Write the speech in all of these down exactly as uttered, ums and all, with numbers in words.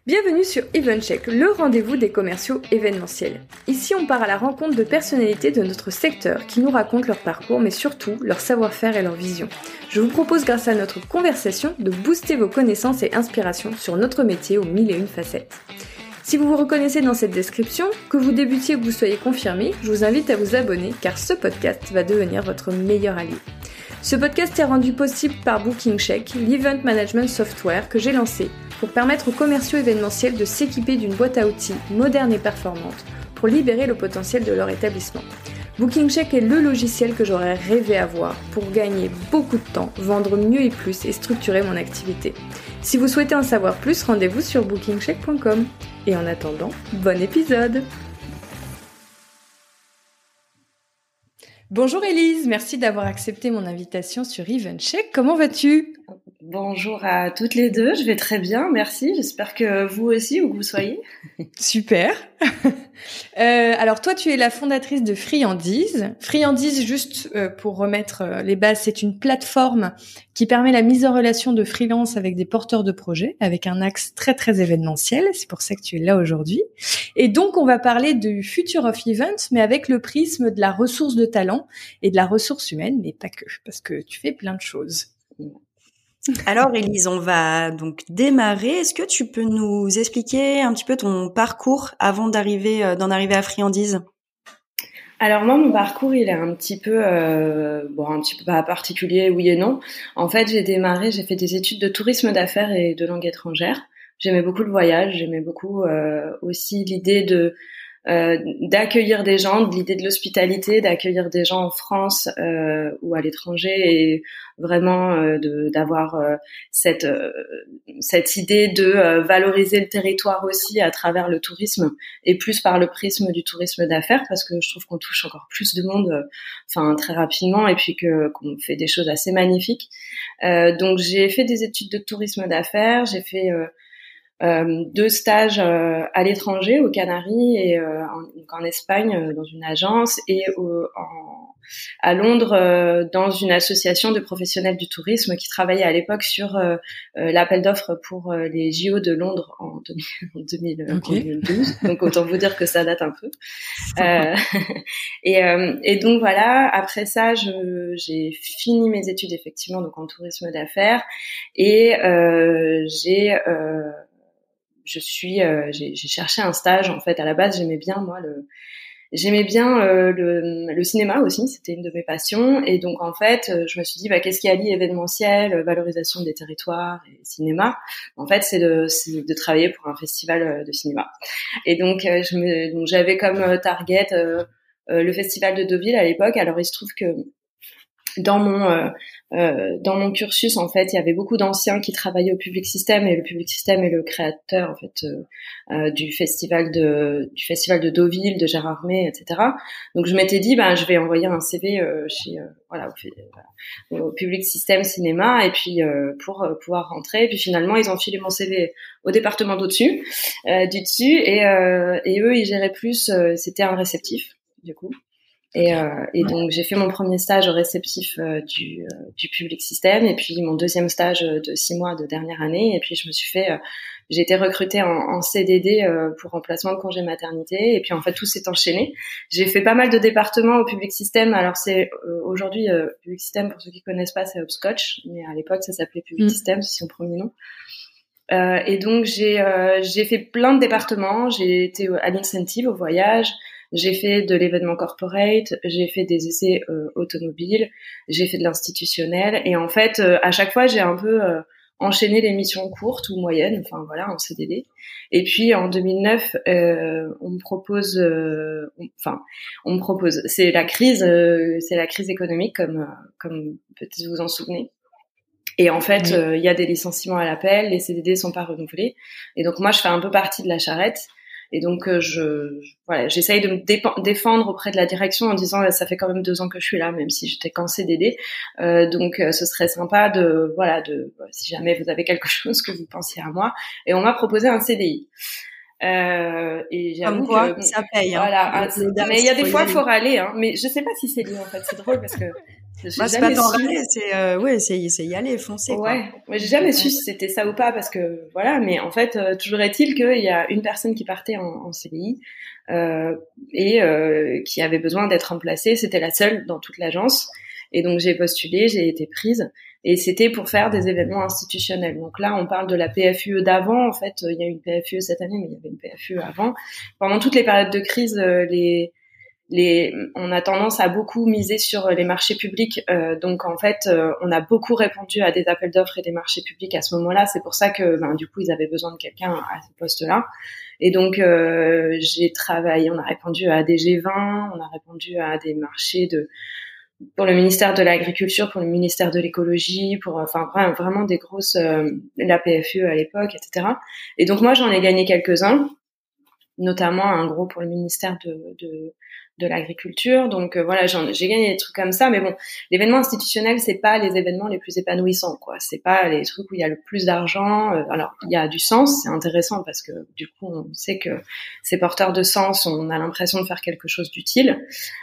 Bienvenue sur EventCheck, le rendez-vous des commerciaux événementiels. Ici, on part à la rencontre de personnalités de notre secteur qui nous racontent leur parcours, mais surtout leur savoir-faire et leur vision. Je vous propose, grâce à notre conversation, de booster vos connaissances et inspirations sur notre métier aux mille et une facettes. Si vous vous reconnaissez dans cette description, que vous débutiez ou que vous soyez confirmé, je vous invite à vous abonner car ce podcast va devenir votre meilleur allié. Ce podcast est rendu possible par BookingCheck, l'event management software que j'ai lancé pour permettre aux commerciaux événementiels de s'équiper d'une boîte à outils moderne et performante pour libérer le potentiel de leur établissement. BookingCheck est le logiciel que j'aurais rêvé avoir pour gagner beaucoup de temps, vendre mieux et plus et structurer mon activité. Si vous souhaitez en savoir plus, rendez-vous sur booking check point com. Et en attendant, bon épisode! Bonjour Élise, merci d'avoir accepté mon invitation sur EventCheck. Comment vas-tu? Bonjour à toutes les deux, je vais très bien, merci. J'espère que vous aussi, où que vous soyez. Super. euh, alors toi, tu es la fondatrice de Friandise. Friandise, juste euh, pour remettre euh, les bases, c'est une plateforme qui permet la mise en relation de freelance avec des porteurs de projets, avec un axe très très événementiel. C'est pour ça que tu es là aujourd'hui. Et donc, on va parler du Future of Events, mais avec le prisme de la ressource de talent et de la ressource humaine, mais pas que, parce que tu fais plein de choses. Alors Élise, on va donc démarrer. Est-ce que tu peux nous expliquer un petit peu ton parcours avant d'arriver, d'en arriver à Friandise? Alors moi, mon parcours, il est un petit peu, euh, bon, un petit peu pas particulier, oui et non. En fait, j'ai démarré, j'ai fait des études de tourisme d'affaires et de langue étrangère. J'aimais beaucoup le voyage, j'aimais beaucoup euh, aussi l'idée de Euh, d'accueillir des gens, de l'idée de l'hospitalité, d'accueillir des gens en France euh, ou à l'étranger et vraiment euh, de, d'avoir euh, cette euh, cette idée de euh, valoriser le territoire aussi à travers le tourisme et plus par le prisme du tourisme d'affaires parce que je trouve qu'on touche encore plus de monde, euh, enfin très rapidement et puis que qu'on fait des choses assez magnifiques. Euh, donc j'ai fait des études de tourisme d'affaires, j'ai fait euh, Euh, deux stages euh, à l'étranger, aux Canaries et euh, en, donc en Espagne euh, dans une agence et au, en, à Londres euh, dans une association de professionnels du tourisme qui travaillait à l'époque sur euh, euh, l'appel d'offres pour euh, les J O de Londres en, deux mille, okay. en deux mille douze. Donc autant vous dire que ça date un peu. Euh, et, euh, et donc voilà, après ça, je, j'ai fini mes études effectivement donc en tourisme d'affaires et euh, j'ai euh, je suis euh, j'ai, j'ai cherché un stage en fait. À la base j'aimais bien moi le j'aimais bien euh, le, le cinéma aussi, c'était une de mes passions et donc en fait je me suis dit bah qu'est-ce qui allie événementiel, valorisation des territoires et cinéma. En fait c'est de c'est de travailler pour un festival de cinéma et donc euh, je me donc j'avais comme target euh, euh, le festival de Deauville à l'époque. Alors il se trouve que dans mon euh, euh, dans mon cursus en fait il y avait beaucoup d'anciens qui travaillaient au Public System et le Public System est le créateur en fait euh, euh, du festival de du festival de Deauville, de Gérard Armé, et cetera. Donc je m'étais dit ben je vais envoyer un C V euh, chez euh, voilà au, au Public System cinéma et puis euh, pour euh, pouvoir rentrer et puis finalement ils ont filé mon C V au département d'au-dessus euh, du dessus et euh, et eux ils géraient plus euh, c'était un réceptif du coup. Et, euh, et donc j'ai fait mon premier stage au réceptif euh, du, euh, du Public System et puis mon deuxième stage de six mois de dernière année et puis je me suis fait, euh, j'ai été recrutée en, en C D D euh, pour remplacement de congé maternité et puis en fait tout s'est enchaîné. J'ai fait pas mal de départements au Public System. Alors c'est euh, aujourd'hui euh, Public System pour ceux qui connaissent pas c'est Hopscotch mais à l'époque ça s'appelait Public mmh. System, c'est son premier nom. Euh, et donc j'ai euh, j'ai fait plein de départements. J'ai été à l'incentive au voyage. J'ai fait de l'événement corporate, j'ai fait des essais euh, automobiles, j'ai fait de l'institutionnel et en fait euh, à chaque fois j'ai un peu euh, enchaîné les missions courtes ou moyennes, enfin voilà en C D D. Et puis en deux mille neuf, euh, on me propose, euh, on, enfin on me propose, c'est la crise, euh, c'est la crise économique comme comme peut-être vous en souvenez. Et en fait, il oui. euh, y a des licenciements à l'appel, les C D D sont pas renouvelés. Et donc moi je fais un peu partie de la charrette. Et donc euh, je, je voilà, j'essaye de me dépa- défendre auprès de la direction en disant ça fait quand même deux ans que je suis là, même si j'étais qu'en C D D. Euh, donc euh, ce serait sympa de voilà de si jamais vous avez quelque chose que vous pensiez à moi. Et on m'a proposé un C D I. Euh, et j'avoue Comme quoi, que ça paye. Voilà, hein. Mais il y a des fois il faut râler, hein. Mais je sais pas si c'est lié en fait. C'est drôle parce que Bah, c'est pas tant râler, c'est euh, ouais, c'est c'est y aller, foncer. Ouais, moi j'ai jamais su si c'était ça ou pas parce que voilà, mais en fait euh, toujours est-il qu'il y a une personne qui partait en, en C D I euh, et euh, qui avait besoin d'être remplacée. C'était la seule dans toute l'agence et donc j'ai postulé, j'ai été prise et c'était pour faire des événements institutionnels. Donc là, on parle de la P F U E d'avant. En fait, il y a eu une P F U E cette année, mais il y avait une P F U E avant. Pendant toutes les périodes de crise, les Les, on a tendance à beaucoup miser sur les marchés publics, euh, donc en fait, euh, on a beaucoup répondu à des appels d'offres et des marchés publics à ce moment-là. C'est pour ça que, ben, du coup, ils avaient besoin de quelqu'un à ce poste-là. Et donc, euh, j'ai travaillé. On a répondu à des G vingt, on a répondu à des marchés de pour le ministère de l'Agriculture, pour le ministère de l'Écologie, pour enfin vraiment des grosses, euh, la P F U E à l'époque, et cetera. Et donc moi, j'en ai gagné quelques-uns, notamment un gros pour le ministère de, de de l'agriculture. Donc euh, voilà, j'en, j'ai gagné des trucs comme ça, mais bon, l'événement institutionnel, c'est pas les événements les plus épanouissants, quoi. C'est pas les trucs où il y a le plus d'argent. Euh, alors il y a du sens, c'est intéressant parce que du coup on sait que c'est porteur de sens, on a l'impression de faire quelque chose d'utile.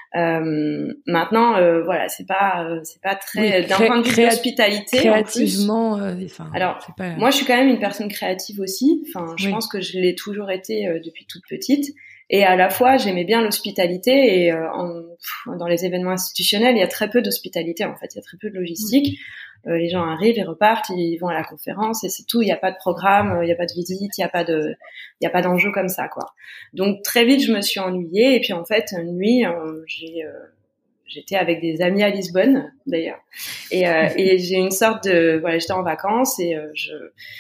Euh, maintenant, euh, voilà, c'est pas, euh, c'est pas très oui, d'un cré- point de vue créa- d'hospitalité. Créativement, en plus. Euh, alors c'est pas... moi, je suis quand même une personne créative aussi. Enfin, je oui. pense que je l'ai toujours été euh, depuis toute petite. Et à la fois, j'aimais bien l'hospitalité et euh, en, pff, dans les événements institutionnels, il y a très peu d'hospitalité en fait, il y a très peu de logistique. Euh, les gens arrivent, ils repartent, ils vont à la conférence et c'est tout. Il n'y a pas de programme, il n'y a pas de visite, il n'y a pas de, il y a pas d'enjeu comme ça quoi. Donc très vite, je me suis ennuyée et puis en fait, une nuit, euh, j'ai euh, j'étais avec des amis à Lisbonne d'ailleurs et, euh, et j'ai une sorte de voilà, j'étais en vacances et euh, je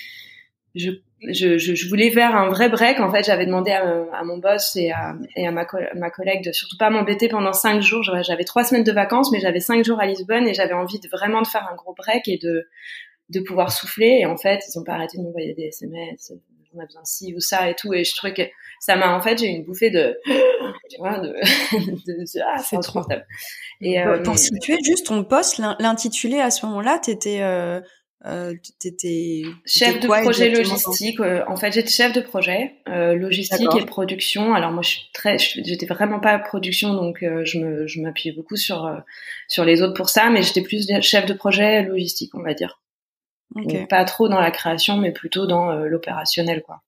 je Je, je, je voulais faire un vrai break. En fait, j'avais demandé à, à mon boss et à, et à ma, co- ma collègue de surtout pas m'embêter pendant cinq jours. J'avais trois semaines de vacances, mais j'avais cinq jours à Lisbonne et j'avais envie de vraiment de faire un gros break et de, de pouvoir souffler. Et en fait, ils ont pas arrêté de m'envoyer des S M S. On a besoin de ci ou ça et tout. Et je trouvais que ça m'a, en fait, j'ai eu une bouffée de, tu vois, de, de, de ah, c'est trop. Et euh, pour situer juste ton poste, l'intitulé à ce moment-là, t'étais, euh, Euh, t'étais chef de quoi, projet logistique. Euh, en fait, j'étais chef de projet euh, logistique D'accord. et production. Alors moi, je suis très, je, j'étais vraiment pas production, donc euh, je me, je m'appuyais beaucoup sur euh, sur les autres pour ça, mais j'étais plus chef de projet logistique, on va dire. Okay. Donc, pas trop dans la création, mais plutôt dans euh, l'opérationnel, quoi.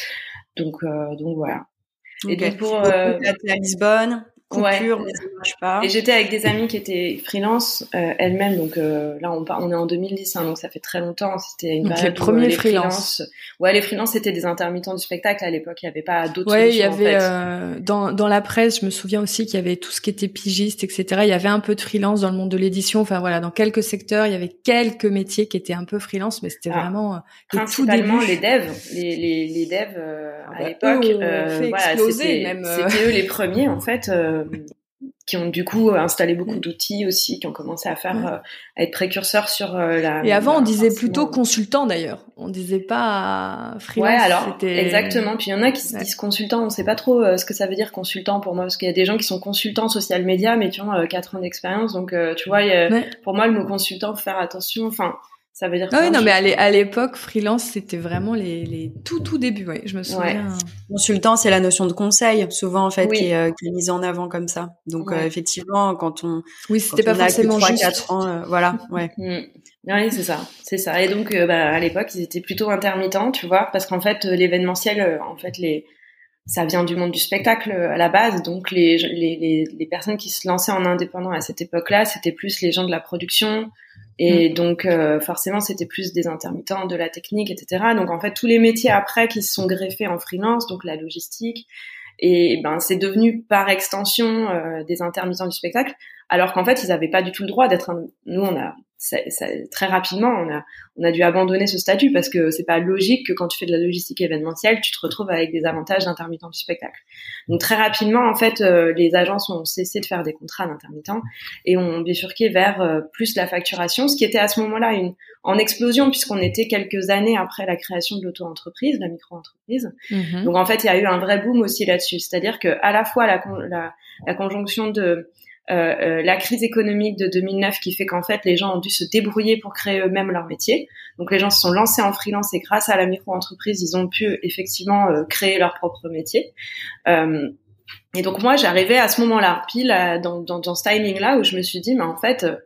Donc, euh, donc voilà. Okay. Et donc pour euh, à Lisbonne. Coupure, ouais. mais ça marche pas. Et j'étais avec des amies qui étaient freelance euh, elles-mêmes, donc euh, là on, on est en deux mille dix, hein, donc ça fait très longtemps. C'était une donc période les premiers où, les freelance. freelance, ouais, les freelance c'était des intermittents du spectacle à l'époque. Il y avait pas d'autres ouais, solutions. il y avait en fait. euh, dans dans la presse, je me souviens aussi qu'il y avait tout ce qui était pigiste, et cetera. Il y avait un peu de freelance dans le monde de l'édition. Enfin voilà, dans quelques secteurs, il y avait quelques métiers qui étaient un peu freelance, mais c'était ah, vraiment euh, principalement tout les devs, les les les devs euh, ah à bah, l'époque. Eux, euh, fait voilà, exploser, c'était même, euh... c'était eux les premiers en fait. Euh, qui ont du coup installé beaucoup d'outils aussi, qui ont commencé à faire, ouais. euh, à être précurseurs sur euh, la. Et avant, la, on disait forcément... plutôt consultant d'ailleurs. On disait pas freelance. Ouais, alors c'était... exactement. Puis il y en a qui se ouais. disent consultant. On sait pas trop euh, ce que ça veut dire consultant pour moi, parce qu'il y a des gens qui sont consultants social media, mais qui ont euh, quatre ans d'expérience. Donc euh, tu vois, y a, ouais. pour moi, le mot consultant, faut faire attention. Enfin. Ça veut dire ah oui, non, mais à l'époque, freelance, c'était vraiment les, les tout, tout débuts, ouais. Je me souviens. Ouais. Consultant, c'est la notion de conseil, souvent, en fait, oui. qui, est, euh, qui est mise en avant comme ça. Donc, ouais. euh, effectivement, quand on, oui, c'était pas forcément trois, juste. quatre ans, euh, voilà, ouais. Mmh. Oui, c'est ça, c'est ça. Et donc, euh, bah, à l'époque, ils étaient plutôt intermittents, tu vois, parce qu'en fait, l'événementiel, euh, en fait, les, ça vient du monde du spectacle à la base, donc les, les, les, les personnes qui se lançaient en indépendant à cette époque-là, c'était plus les gens de la production. Et mmh. donc euh, forcément c'était plus des intermittents, de la technique, et cetera. Donc en fait tous les métiers après qui se sont greffés en freelance, donc la logistique, et ben c'est devenu par extension euh, des intermittents du spectacle, alors qu'en fait ils avaient pas du tout le droit d'être. Un... Nous on a ça, ça, très rapidement on a on a dû abandonner ce statut parce que c'est pas logique que quand tu fais de la logistique événementielle tu te retrouves avec des avantages d'intermittent du spectacle. Donc très rapidement en fait euh, les agences ont cessé de faire des contrats d'intermittents et ont bifurqué vers euh, plus la facturation, ce qui était à ce moment-là une en explosion puisqu'on était quelques années après la création de l'auto-entreprise, la micro-entreprise. Mmh. Donc en fait il y a eu un vrai boom aussi là-dessus, c'est-à-dire que à la fois la la, la conjonction de Euh, euh, la crise économique de deux mille neuf qui fait qu'en fait les gens ont dû se débrouiller pour créer eux-mêmes leur métier. Donc les gens se sont lancés en freelance et grâce à la micro-entreprise, ils ont pu effectivement euh, créer leur propre métier. Euh, et donc moi j'arrivais à ce moment-là, pile à, dans, dans, dans ce timing-là où je me suis dit, mais en fait, euh,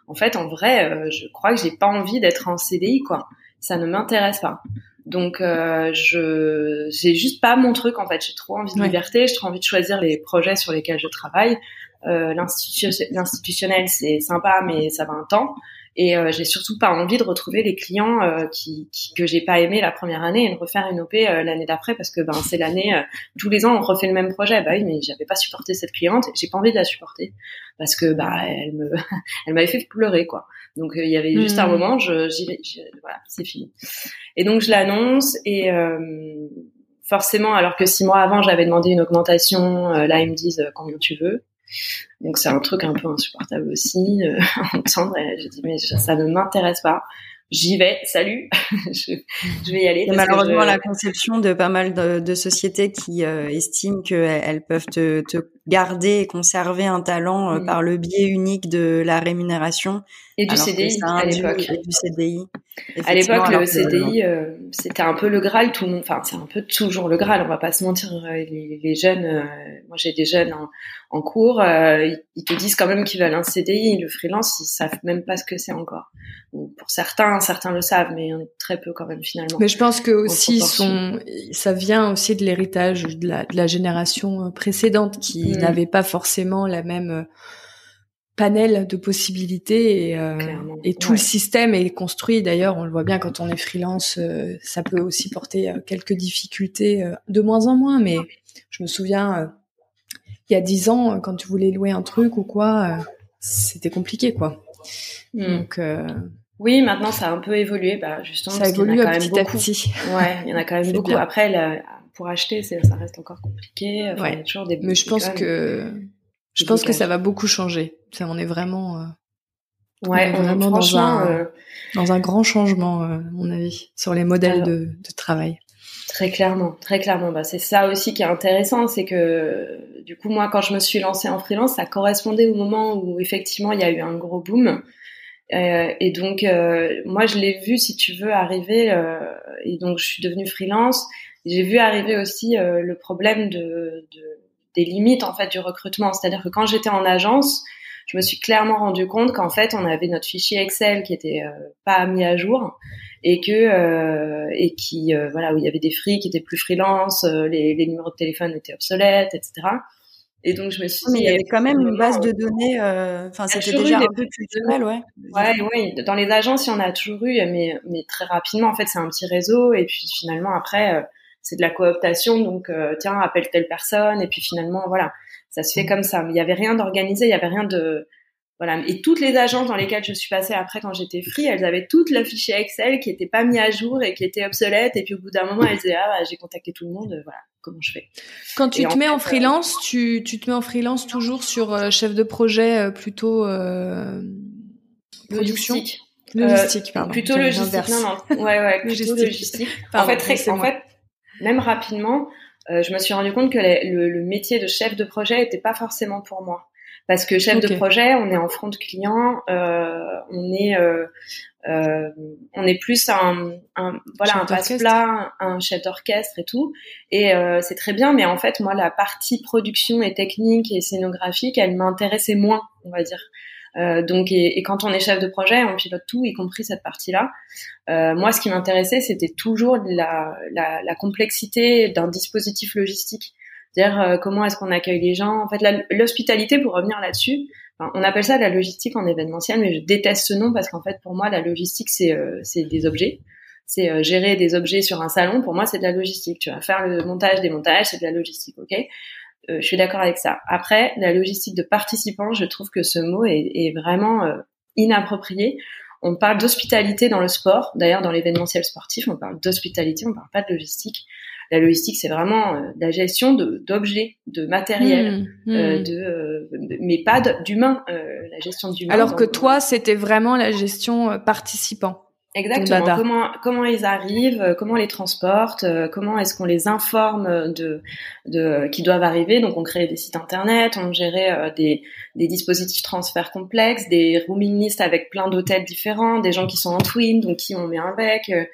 en fait, en vrai, euh, je crois que j'ai pas envie d'être en C D I, quoi. Ça ne m'intéresse pas. Donc, euh, je, j'ai juste pas mon truc, en fait. J'ai trop envie de ouais. liberté, j'ai trop envie de choisir les projets sur lesquels je travaille. Euh, l'institu- l'institutionnel, c'est sympa, mais ça va un temps. Et euh, j'ai surtout pas envie de retrouver les clients euh, qui, qui que j'ai pas aimé la première année et de refaire une O P euh, l'année d'après parce que ben c'est l'année euh, tous les ans on refait le même projet. Bah oui, mais j'avais pas supporté cette cliente, j'ai pas envie de la supporter parce que bah elle me elle m'avait fait pleurer, quoi. Donc il euh, y avait juste mmh. un moment, je j'y vais, j'y, voilà, c'est fini. Et donc je l'annonce et euh, forcément, alors que six mois avant j'avais demandé une augmentation, euh, là ils me disent euh, combien tu veux. Donc c'est un truc un peu insupportable aussi euh, à entendre. Et j'ai dit mais ça ne m'intéresse pas. J'y vais, salut, je, je vais y aller. C'est malheureusement je... la conception de pas mal de, de sociétés qui euh, estiment qu'elles peuvent te, te garder et conserver un talent euh, mmh. par le biais unique de la rémunération. Et du C D I à l'époque. Et du C D I. À l'époque, le C D I, euh, c'était un peu le Graal. Tout le monde, enfin, c'est un peu toujours le Graal. On va pas se mentir. Les, les jeunes, euh, moi j'ai des jeunes en, en cours, euh, ils, ils te disent quand même qu'ils veulent un C D I. Le freelance, ils savent même pas ce que c'est encore. Bon, pour certains, certains le savent, mais très peu quand même finalement. Mais je pense que aussi son, ça vient aussi de l'héritage de la, de la génération précédente qui mmh. n'avait pas forcément la même panel de possibilités et, euh, et tout ouais. le système est construit. D'ailleurs, on le voit bien quand on est freelance, euh, ça peut aussi porter euh, quelques difficultés euh, de moins en moins. Mais je me souviens, euh, il y a dix ans, quand tu voulais louer un truc ou quoi, euh, c'était compliqué, quoi. Mm. Donc euh, oui, maintenant ça a un peu évolué, bah justement. Ça évolue il y en a quand petit même à beaucoup. petit. Ouais, il y en a quand même beaucoup. Bien. Après, là, pour acheter, c'est, ça reste encore compliqué. Enfin, ouais. il y a toujours des. Mais je pense que. Je pense que ça va beaucoup changer. Ça, on est vraiment, euh, ouais, on est vraiment dans un, euh, dans un grand changement, euh, à mon avis, sur les modèles alors, de, de travail. Très clairement, très clairement. Bah, c'est ça aussi qui est intéressant, c'est que du coup, moi, quand je me suis lancée en freelance, ça correspondait au moment où effectivement il y a eu un gros boom. Euh, et donc, euh, moi, je l'ai vu, si tu veux, arriver. Euh, et donc, je suis devenue freelance. J'ai vu arriver aussi euh, le problème de, de des limites en fait du recrutement, c'est-à-dire que quand j'étais en agence, je me suis clairement rendu compte qu'en fait on avait notre fichier Excel qui était euh, pas mis à jour et que euh, et qui euh, voilà où il y avait des free qui étaient plus freelance, euh, les, les numéros de téléphone étaient obsolètes, et cetera. Et donc je me suis dit, mais il y avait quand même une base de données, enfin euh, c'était déjà un peu culturel, ouais. Ouais, ouais. Dans les agences, il y en a toujours eu, mais mais très rapidement en fait c'est un petit réseau et puis finalement après euh, c'est de la cooptation, donc euh, tiens, appelle telle personne, et puis finalement, voilà, ça se fait comme ça. Mais il y avait rien d'organisé, il y avait rien de, voilà. Et toutes les agences dans lesquelles je suis passée après quand j'étais free, elles avaient toutes le fichier Excel qui était pas mis à jour et qui était obsolète. Et puis au bout d'un moment, elles disaient ah, bah, j'ai contacté tout le monde, voilà, comment je fais. Quand tu et te en mets fait, en freelance, euh, tu tu te mets en freelance toujours sur euh, chef de projet euh, plutôt euh, production. Logistique. Logistique, euh, pardon. Plutôt logistique, non, non. Ouais, ouais, plutôt logistique. logistique. Pardon, en fait, très, en fait, même rapidement, euh, je me suis rendu compte que les, le, le métier de chef de projet était pas forcément pour moi. Parce que chef okay. de projet, on est en front client, euh, on est, euh, euh, on est plus un, un voilà, chef un passe-plat, un chef d'orchestre et tout. Et euh, c'est très bien, mais en fait, moi, la partie production et technique et scénographique, elle m'intéressait moins, on va dire. Euh, donc et, et quand on est chef de projet, on pilote tout, y compris cette partie-là. Euh, moi, ce qui m'intéressait, c'était toujours la, la, la complexité d'un dispositif logistique, c'est-à-dire euh, comment est-ce qu'on accueille les gens. En fait, la, l'hospitalité, pour revenir là-dessus, enfin, on appelle ça la logistique en événementiel, mais je déteste ce nom parce qu'en fait, pour moi, la logistique, c'est euh, c'est des objets. C'est euh, gérer des objets sur un salon. Pour moi, c'est de la logistique. Tu vas faire le montage, démontage, c'est de la logistique, ok ? Euh, je suis d'accord avec ça. Après, la logistique de participants, je trouve que ce mot est, est vraiment euh, inapproprié. On parle d'hospitalité dans le sport. D'ailleurs, dans l'événementiel sportif, on parle d'hospitalité, on parle pas de logistique. La logistique, c'est vraiment euh, la gestion de, d'objets, de matériel, mmh, euh, mmh. de, euh, de, mais pas de, d'humains. Euh, la gestion d'humains. Alors que toi, euh, c'était vraiment la gestion euh, participant. Exactement. Comment comment ils arrivent, comment on les transporte, comment est-ce qu'on les informe de de qui doivent arriver. Donc on créait des sites internet, on gérait des des dispositifs transferts complexes, des rooming lists avec plein d'hôtels différents, des gens qui sont en twin, donc qui on met avec.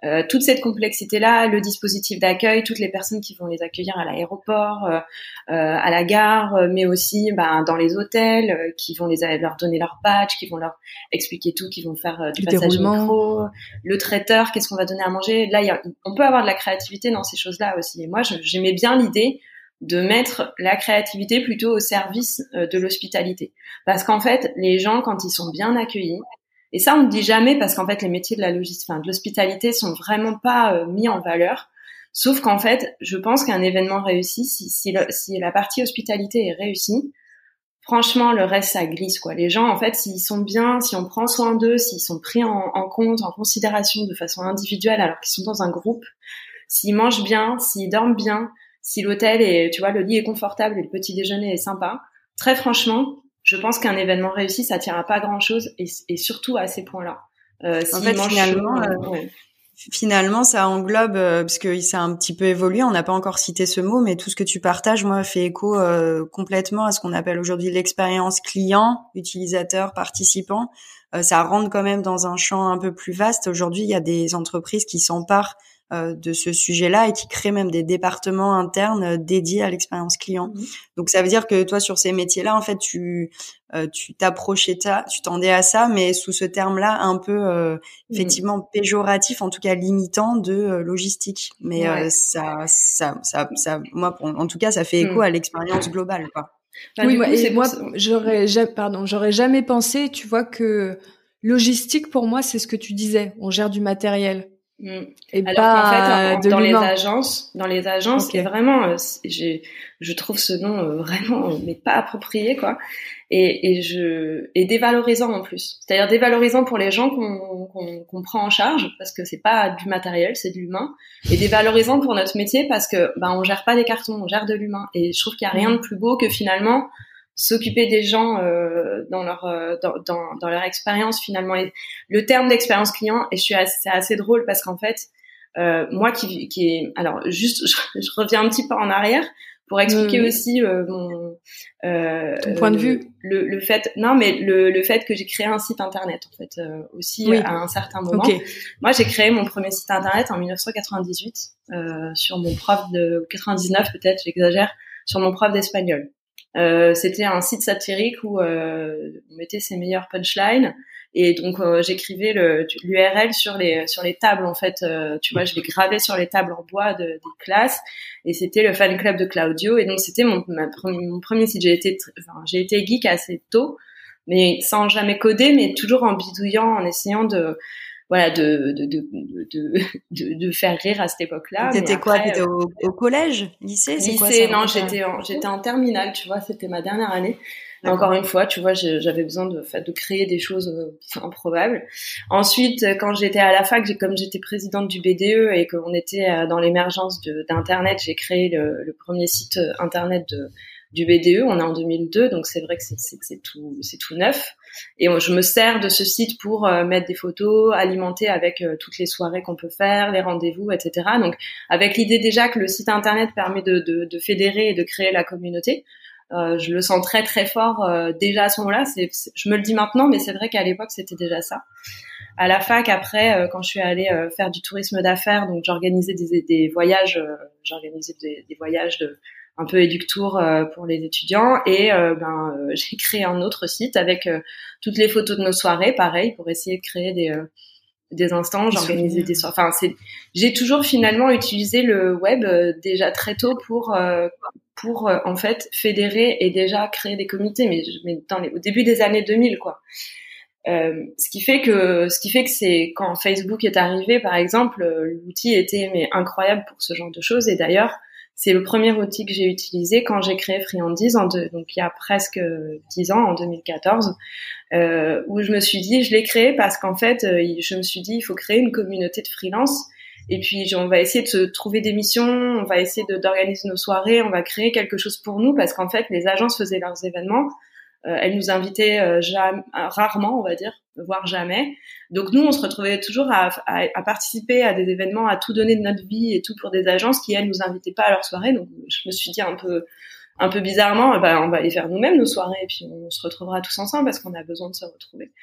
euh, toute cette complexité-là, le dispositif d'accueil, toutes les personnes qui vont les accueillir à l'aéroport, euh, euh, à la gare, euh, mais aussi bah, dans les hôtels, euh, qui vont les, leur donner leur badge, qui vont leur expliquer tout, qui vont faire euh, du le passage déroulement. micro, le traiteur, qu'est-ce qu'on va donner à manger. Là, y a, on peut avoir de la créativité dans ces choses-là aussi. Et moi, je, j'aimais bien l'idée de mettre la créativité plutôt au service euh, de l'hospitalité. Parce qu'en fait, les gens, quand ils sont bien accueillis, et ça, on ne dit jamais parce qu'en fait, les métiers de la logistique, enfin, de l'hospitalité sont vraiment pas euh, mis en valeur. Sauf qu'en fait, je pense qu'un événement réussi, si, si, le, si la partie hospitalité est réussie, franchement, le reste, ça glisse, quoi. Les gens, en fait, s'ils sont bien, si on prend soin d'eux, s'ils sont pris en, en compte, en considération de façon individuelle alors qu'ils sont dans un groupe, s'ils mangent bien, s'ils dorment bien, si l'hôtel est, tu vois, le lit est confortable et le petit déjeuner est sympa, très franchement, je pense qu'un événement réussi, ça tient à pas grand-chose et, et surtout à ces points-là. Euh, en fait, finalement, chaud, euh, ouais. finalement, ça englobe, euh, parce que ça a un petit peu évolué, on n'a pas encore cité ce mot, mais tout ce que tu partages, moi, fait écho euh, complètement à ce qu'on appelle aujourd'hui l'expérience client, utilisateur, participant. Euh, ça rentre quand même dans un champ un peu plus vaste. Aujourd'hui, il y a des entreprises qui s'emparent euh, de ce sujet-là et qui créent même des départements internes euh, dédiés à l'expérience client. Mmh. Donc, ça veut dire que toi, sur ces métiers-là, en fait, tu euh, tu t'approchais, ta, tu tendais à ça, mais sous ce terme-là, un peu euh, effectivement mmh. péjoratif, en tout cas limitant de euh, logistique. Mais ouais. euh, ça, ça, ça, ça, moi, pour, en tout cas, ça fait écho mmh. à l'expérience globale, quoi. Bah, oui, moi, coup, et moi, j'aurais, pardon, j'aurais jamais pensé, tu vois, que logistique, pour moi, c'est ce que tu disais. On gère du matériel. Mmh. Et alors pas qu'en fait, en, de dans l'humain. les agences, dans les agences, okay. c'est vraiment, euh, j'ai, je trouve ce nom euh, vraiment, euh, mais pas approprié, quoi. Et, et je, et dévalorisant en plus. C'est-à-dire dévalorisant pour les gens qu'on, qu'on, qu'on prend en charge, parce que c'est pas du matériel, c'est de l'humain. Et dévalorisant pour notre métier, parce que, ben, on gère pas des cartons, on gère de l'humain. Et je trouve qu'il y a rien de plus beau que finalement, s'occuper des gens euh, dans leur euh, dans, dans dans leur expérience finalement. Et le terme d'expérience client, et je suis assez, c'est assez drôle parce qu'en fait euh, moi qui qui est alors juste je, je reviens un petit peu en arrière pour expliquer mmh. aussi euh, mon euh, ton point de vue le le fait non mais le le fait que j'ai créé un site internet en fait euh, aussi oui. à un certain moment. Okay. Moi j'ai créé mon premier site internet en dix-neuf cent quatre-vingt-dix-huit euh, sur mon prof de quatre-vingt-dix-neuf peut-être j'exagère sur mon prof d'espagnol. Euh, c'était un site satirique où euh, on mettait ses meilleures punchlines et donc euh, j'écrivais le, l'U R L sur les sur les tables en fait. Euh, tu vois, je les gravais sur les tables en bois de, des classes et c'était le fan club de Claudio et donc c'était mon ma, mon premier site. J'ai été enfin, j'ai été geek assez tôt, mais sans jamais coder, mais toujours en bidouillant, en essayant de voilà de de de de de, de faire rire à cette époque-là. T'étais quoi? T'étais au, au collège, lycée, c'est lycée, quoi ça? Non, j'étais en, j'étais en terminale, tu vois, c'était ma dernière année. Encore une fois, tu vois, j'avais besoin de de créer des choses improbables. Ensuite, quand j'étais à la fac, j'ai comme j'étais présidente du B D E et qu'on était dans l'émergence de, d'internet, j'ai créé le, le premier site internet de du B D E, on est en deux mille deux, donc c'est vrai que c'est, c'est, c'est tout, c'est tout neuf. Et je me sers de ce site pour euh, mettre des photos, alimenter avec euh, toutes les soirées qu'on peut faire, les rendez-vous, et cetera. Donc, avec l'idée déjà que le site internet permet de, de, de fédérer et de créer la communauté, euh, je le sens très très fort euh, déjà à ce moment-là. C'est, c'est, je me le dis maintenant, mais c'est vrai qu'à l'époque c'était déjà ça. À la fac, après, euh, quand je suis allée euh, faire du tourisme d'affaires, donc j'organisais des, des voyages, euh, j'organisais des, des voyages de un peu éductour euh, pour les étudiants et euh, ben euh, j'ai créé un autre site avec euh, toutes les photos de nos soirées, pareil pour essayer de créer des euh, des instants, j'organisais des soirées. Enfin, c'est j'ai toujours finalement utilisé le web euh, déjà très tôt pour euh, pour euh, en fait fédérer et déjà créer des comités, mais mais dans les, au début des années deux mille quoi. Euh, ce qui fait que ce qui fait que c'est quand Facebook est arrivé par exemple, l'outil était mais incroyable pour ce genre de choses et d'ailleurs c'est le premier outil que j'ai utilisé quand j'ai créé Friandise, en deux, donc il y a presque dix ans, en deux mille quatorze, euh, où je me suis dit, je l'ai créé parce qu'en fait, je me suis dit, il faut créer une communauté de freelance, et puis on va essayer de se trouver des missions, on va essayer de, d'organiser nos soirées, on va créer quelque chose pour nous, parce qu'en fait, les agences faisaient leurs événements, euh, elles nous invitaient euh, jamais, rarement, on va dire, voire jamais. Donc nous, on se retrouvait toujours à, à, à participer à des événements, à tout donner de notre vie et tout pour des agences qui, elles, nous invitaient pas à leurs soirées. Donc je me suis dit un peu, un peu bizarrement, bah, on va aller faire nous-mêmes nos soirées et puis on se retrouvera tous ensemble parce qu'on a besoin de se retrouver.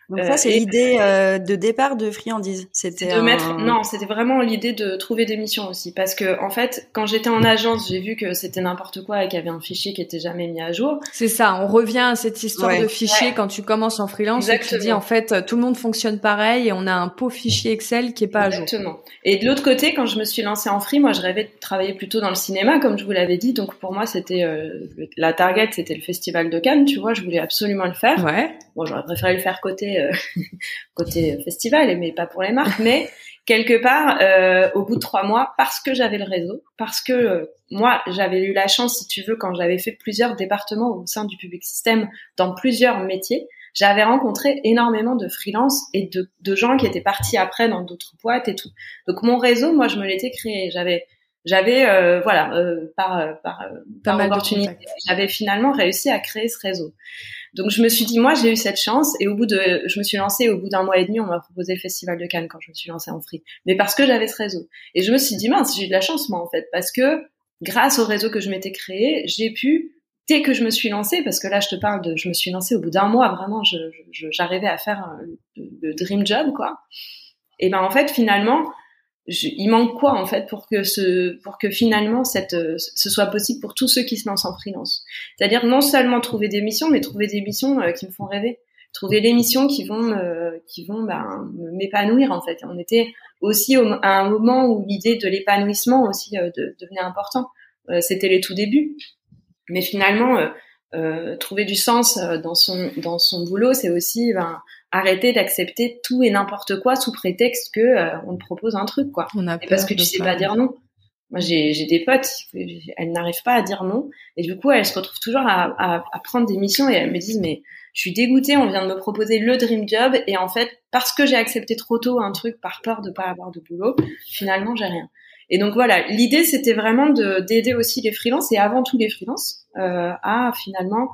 Donc ça, c'est euh, l'idée euh, de départ de Friandise. C'était de un... mettre, non, c'était vraiment l'idée de trouver des missions aussi, parce que en fait, quand j'étais en agence, j'ai vu que c'était n'importe quoi et qu'il y avait un fichier qui était jamais mis à jour. C'est ça, on revient à cette histoire ouais. de fichier ouais. quand tu commences en freelance. Exactement. Tu dis en fait, tout le monde fonctionne pareil et on a un pauvre fichier Excel qui est pas Exactement. à jour. Et de l'autre côté, quand je me suis lancée en free, moi, je rêvais de travailler plutôt dans le cinéma, comme je vous l'avais dit. Donc pour moi, c'était euh, la target, c'était le Festival de Cannes. Tu vois, je voulais absolument le faire. Ouais. Bon, j'aurais préféré le faire côté euh, côté festival, mais pas pour les marques. Mais quelque part, euh, au bout de trois mois, parce que j'avais le réseau, parce que euh, moi, j'avais eu la chance, si tu veux, quand j'avais fait plusieurs départements au sein du Public System, dans plusieurs métiers, j'avais rencontré énormément de freelance et de, de gens qui étaient partis après dans d'autres boîtes et tout. Donc mon réseau, moi, je me l'étais créé. J'avais J'avais, euh, voilà, euh, par, par, par opportunité, j'avais finalement réussi à créer ce réseau. Donc, je me suis dit, moi, j'ai eu cette chance et au bout de, je me suis lancée, au bout d'un mois et demi, on m'a proposé le Festival de Cannes quand je me suis lancée en free. Mais parce que j'avais ce réseau. Et je me suis dit, mince, j'ai eu de la chance, moi, en fait, parce que grâce au réseau que je m'étais créé, j'ai pu, dès que je me suis lancée, parce que là, je te parle de, je me suis lancée au bout d'un mois, vraiment, je, je, j'arrivais à faire le, le dream job, quoi. Et ben, en fait, finalement, Je, il manque quoi en fait pour que ce pour que finalement cette ce soit possible pour tous ceux qui se lancent en freelance. C'est-à-dire non seulement trouver des missions, mais trouver des missions euh, qui me font rêver, trouver les missions qui vont euh, qui vont ben, m'épanouir en fait. On était aussi au, à un moment où l'idée de l'épanouissement aussi euh, de, devenait important. Euh, c'était les tout débuts, mais finalement euh, euh, trouver du sens dans son dans son boulot, c'est aussi ben, arrêter d'accepter tout et n'importe quoi sous prétexte que euh, on te propose un truc quoi. On a et parce que tu sais pas dire non. Moi j'ai j'ai des potes, elles n'arrivent pas à dire non et du coup elles se retrouvent toujours à, à à prendre des missions et elles me disent mais je suis dégoûtée, on vient de me proposer le dream job et en fait parce que j'ai accepté trop tôt un truc par peur de pas avoir de boulot, finalement j'ai rien. Et donc voilà, l'idée c'était vraiment de d'aider aussi les freelances et avant tout les freelances euh, à finalement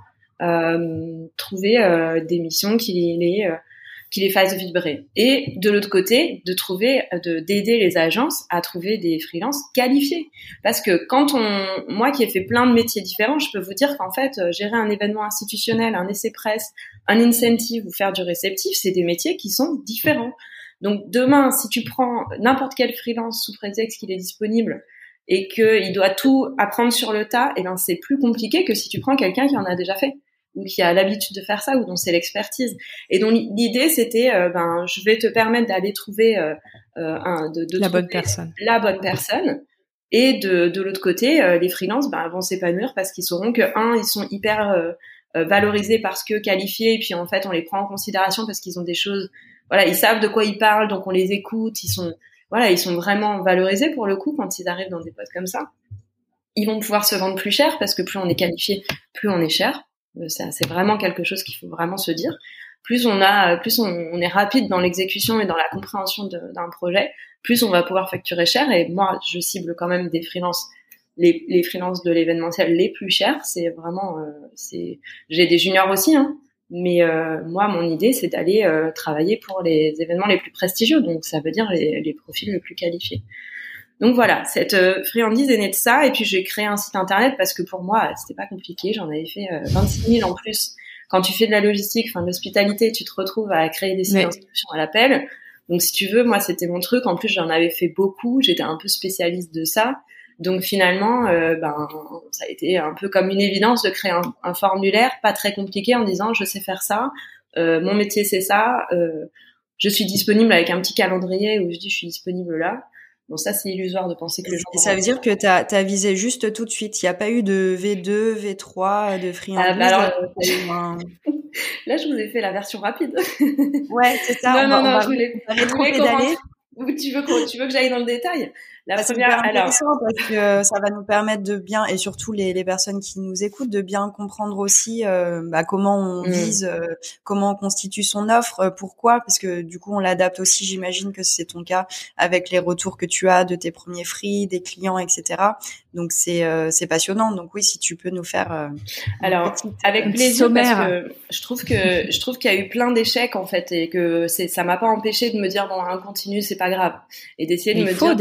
euh, trouver euh, des missions qui les euh, qui les fassent vibrer. Et de l'autre côté, de trouver, de d'aider les agences à trouver des freelances qualifiés. Parce que quand on, moi qui ai fait plein de métiers différents, je peux vous dire qu'en fait, gérer un événement institutionnel, un essai presse, un incentive ou faire du réceptif, c'est des métiers qui sont différents. Donc demain, si tu prends n'importe quel freelance sous prétexte qu'il est disponible et qu'il doit tout apprendre sur le tas, eh ben c'est plus compliqué que si tu prends quelqu'un qui en a déjà fait ou qui a l'habitude de faire ça ou dont c'est l'expertise. Et donc l'idée c'était euh, ben je vais te permettre d'aller trouver euh, euh, un de, de la trouver bonne personne la bonne personne et de de l'autre côté euh, les freelances ben vont s'épanouir parce qu'ils sauront que un ils sont hyper euh, euh, valorisés parce que qualifiés et puis en fait on les prend en considération parce qu'ils ont des choses, voilà, ils savent de quoi ils parlent donc on les écoute, ils sont voilà, ils sont vraiment valorisés pour le coup quand ils arrivent dans des postes comme ça. Ils vont pouvoir se vendre plus cher parce que plus on est qualifié, plus on est cher. Ça, c'est vraiment quelque chose qu'il faut vraiment se dire. Plus on a, plus on, on est rapide dans l'exécution et dans la compréhension de, d'un projet, plus on va pouvoir facturer cher. Et moi, je cible quand même des freelances, les, les freelances de l'événementiel les plus chers. C'est vraiment, euh, c'est, j'ai des juniors aussi, hein. Mais euh, moi, mon idée, c'est d'aller euh, travailler pour les événements les plus prestigieux. Donc, ça veut dire les, les profils les plus qualifiés. Donc voilà, cette euh, friandise est née de ça. Et puis j'ai créé un site internet parce que pour moi, c'était pas compliqué. J'en avais fait euh, vingt-six mille en plus. Quand tu fais de la logistique, enfin de l'hospitalité, tu te retrouves à créer des sites Mais... d'inscription à l'appel. Donc si tu veux, moi c'était mon truc. En plus, j'en avais fait beaucoup. J'étais un peu spécialiste de ça. Donc finalement, euh, ben ça a été un peu comme une évidence de créer un, un formulaire pas très compliqué en disant je sais faire ça. Euh, mon métier c'est ça. Euh, je suis disponible avec un petit calendrier où je dis je suis disponible là. Bon, ça, c'est illusoire de penser que les gens... Et ça veut dire que t'as, t'as visé juste tout de suite. Il n'y a pas eu de V deux, V trois, de friandise. Ah, bah alors, un... là, je vous ai fait la version rapide. Ouais, c'est ça. Non, on non, va, non, on je voulais, je voulais comment... Tu veux, que, tu veux que j'aille dans le détail? La bah, première, c'est intéressant alors... parce que ça va nous permettre de bien, et surtout les, les personnes qui nous écoutent, de bien comprendre aussi euh, bah, comment on mmh. vise, euh, comment on constitue son offre, euh, pourquoi, parce que du coup on l'adapte aussi, j'imagine que c'est ton cas, avec les retours que tu as de tes premiers free, des clients, et cetera. Donc c'est euh, c'est passionnant. Donc oui, si tu peux nous faire euh, alors petite, avec plaisir sommaire. Parce que je trouve que je trouve qu'il y a eu plein d'échecs en fait et que c'est ça m'a pas empêché de me dire bon un continu c'est pas grave et d'essayer de Il me faut dire des de, échecs. de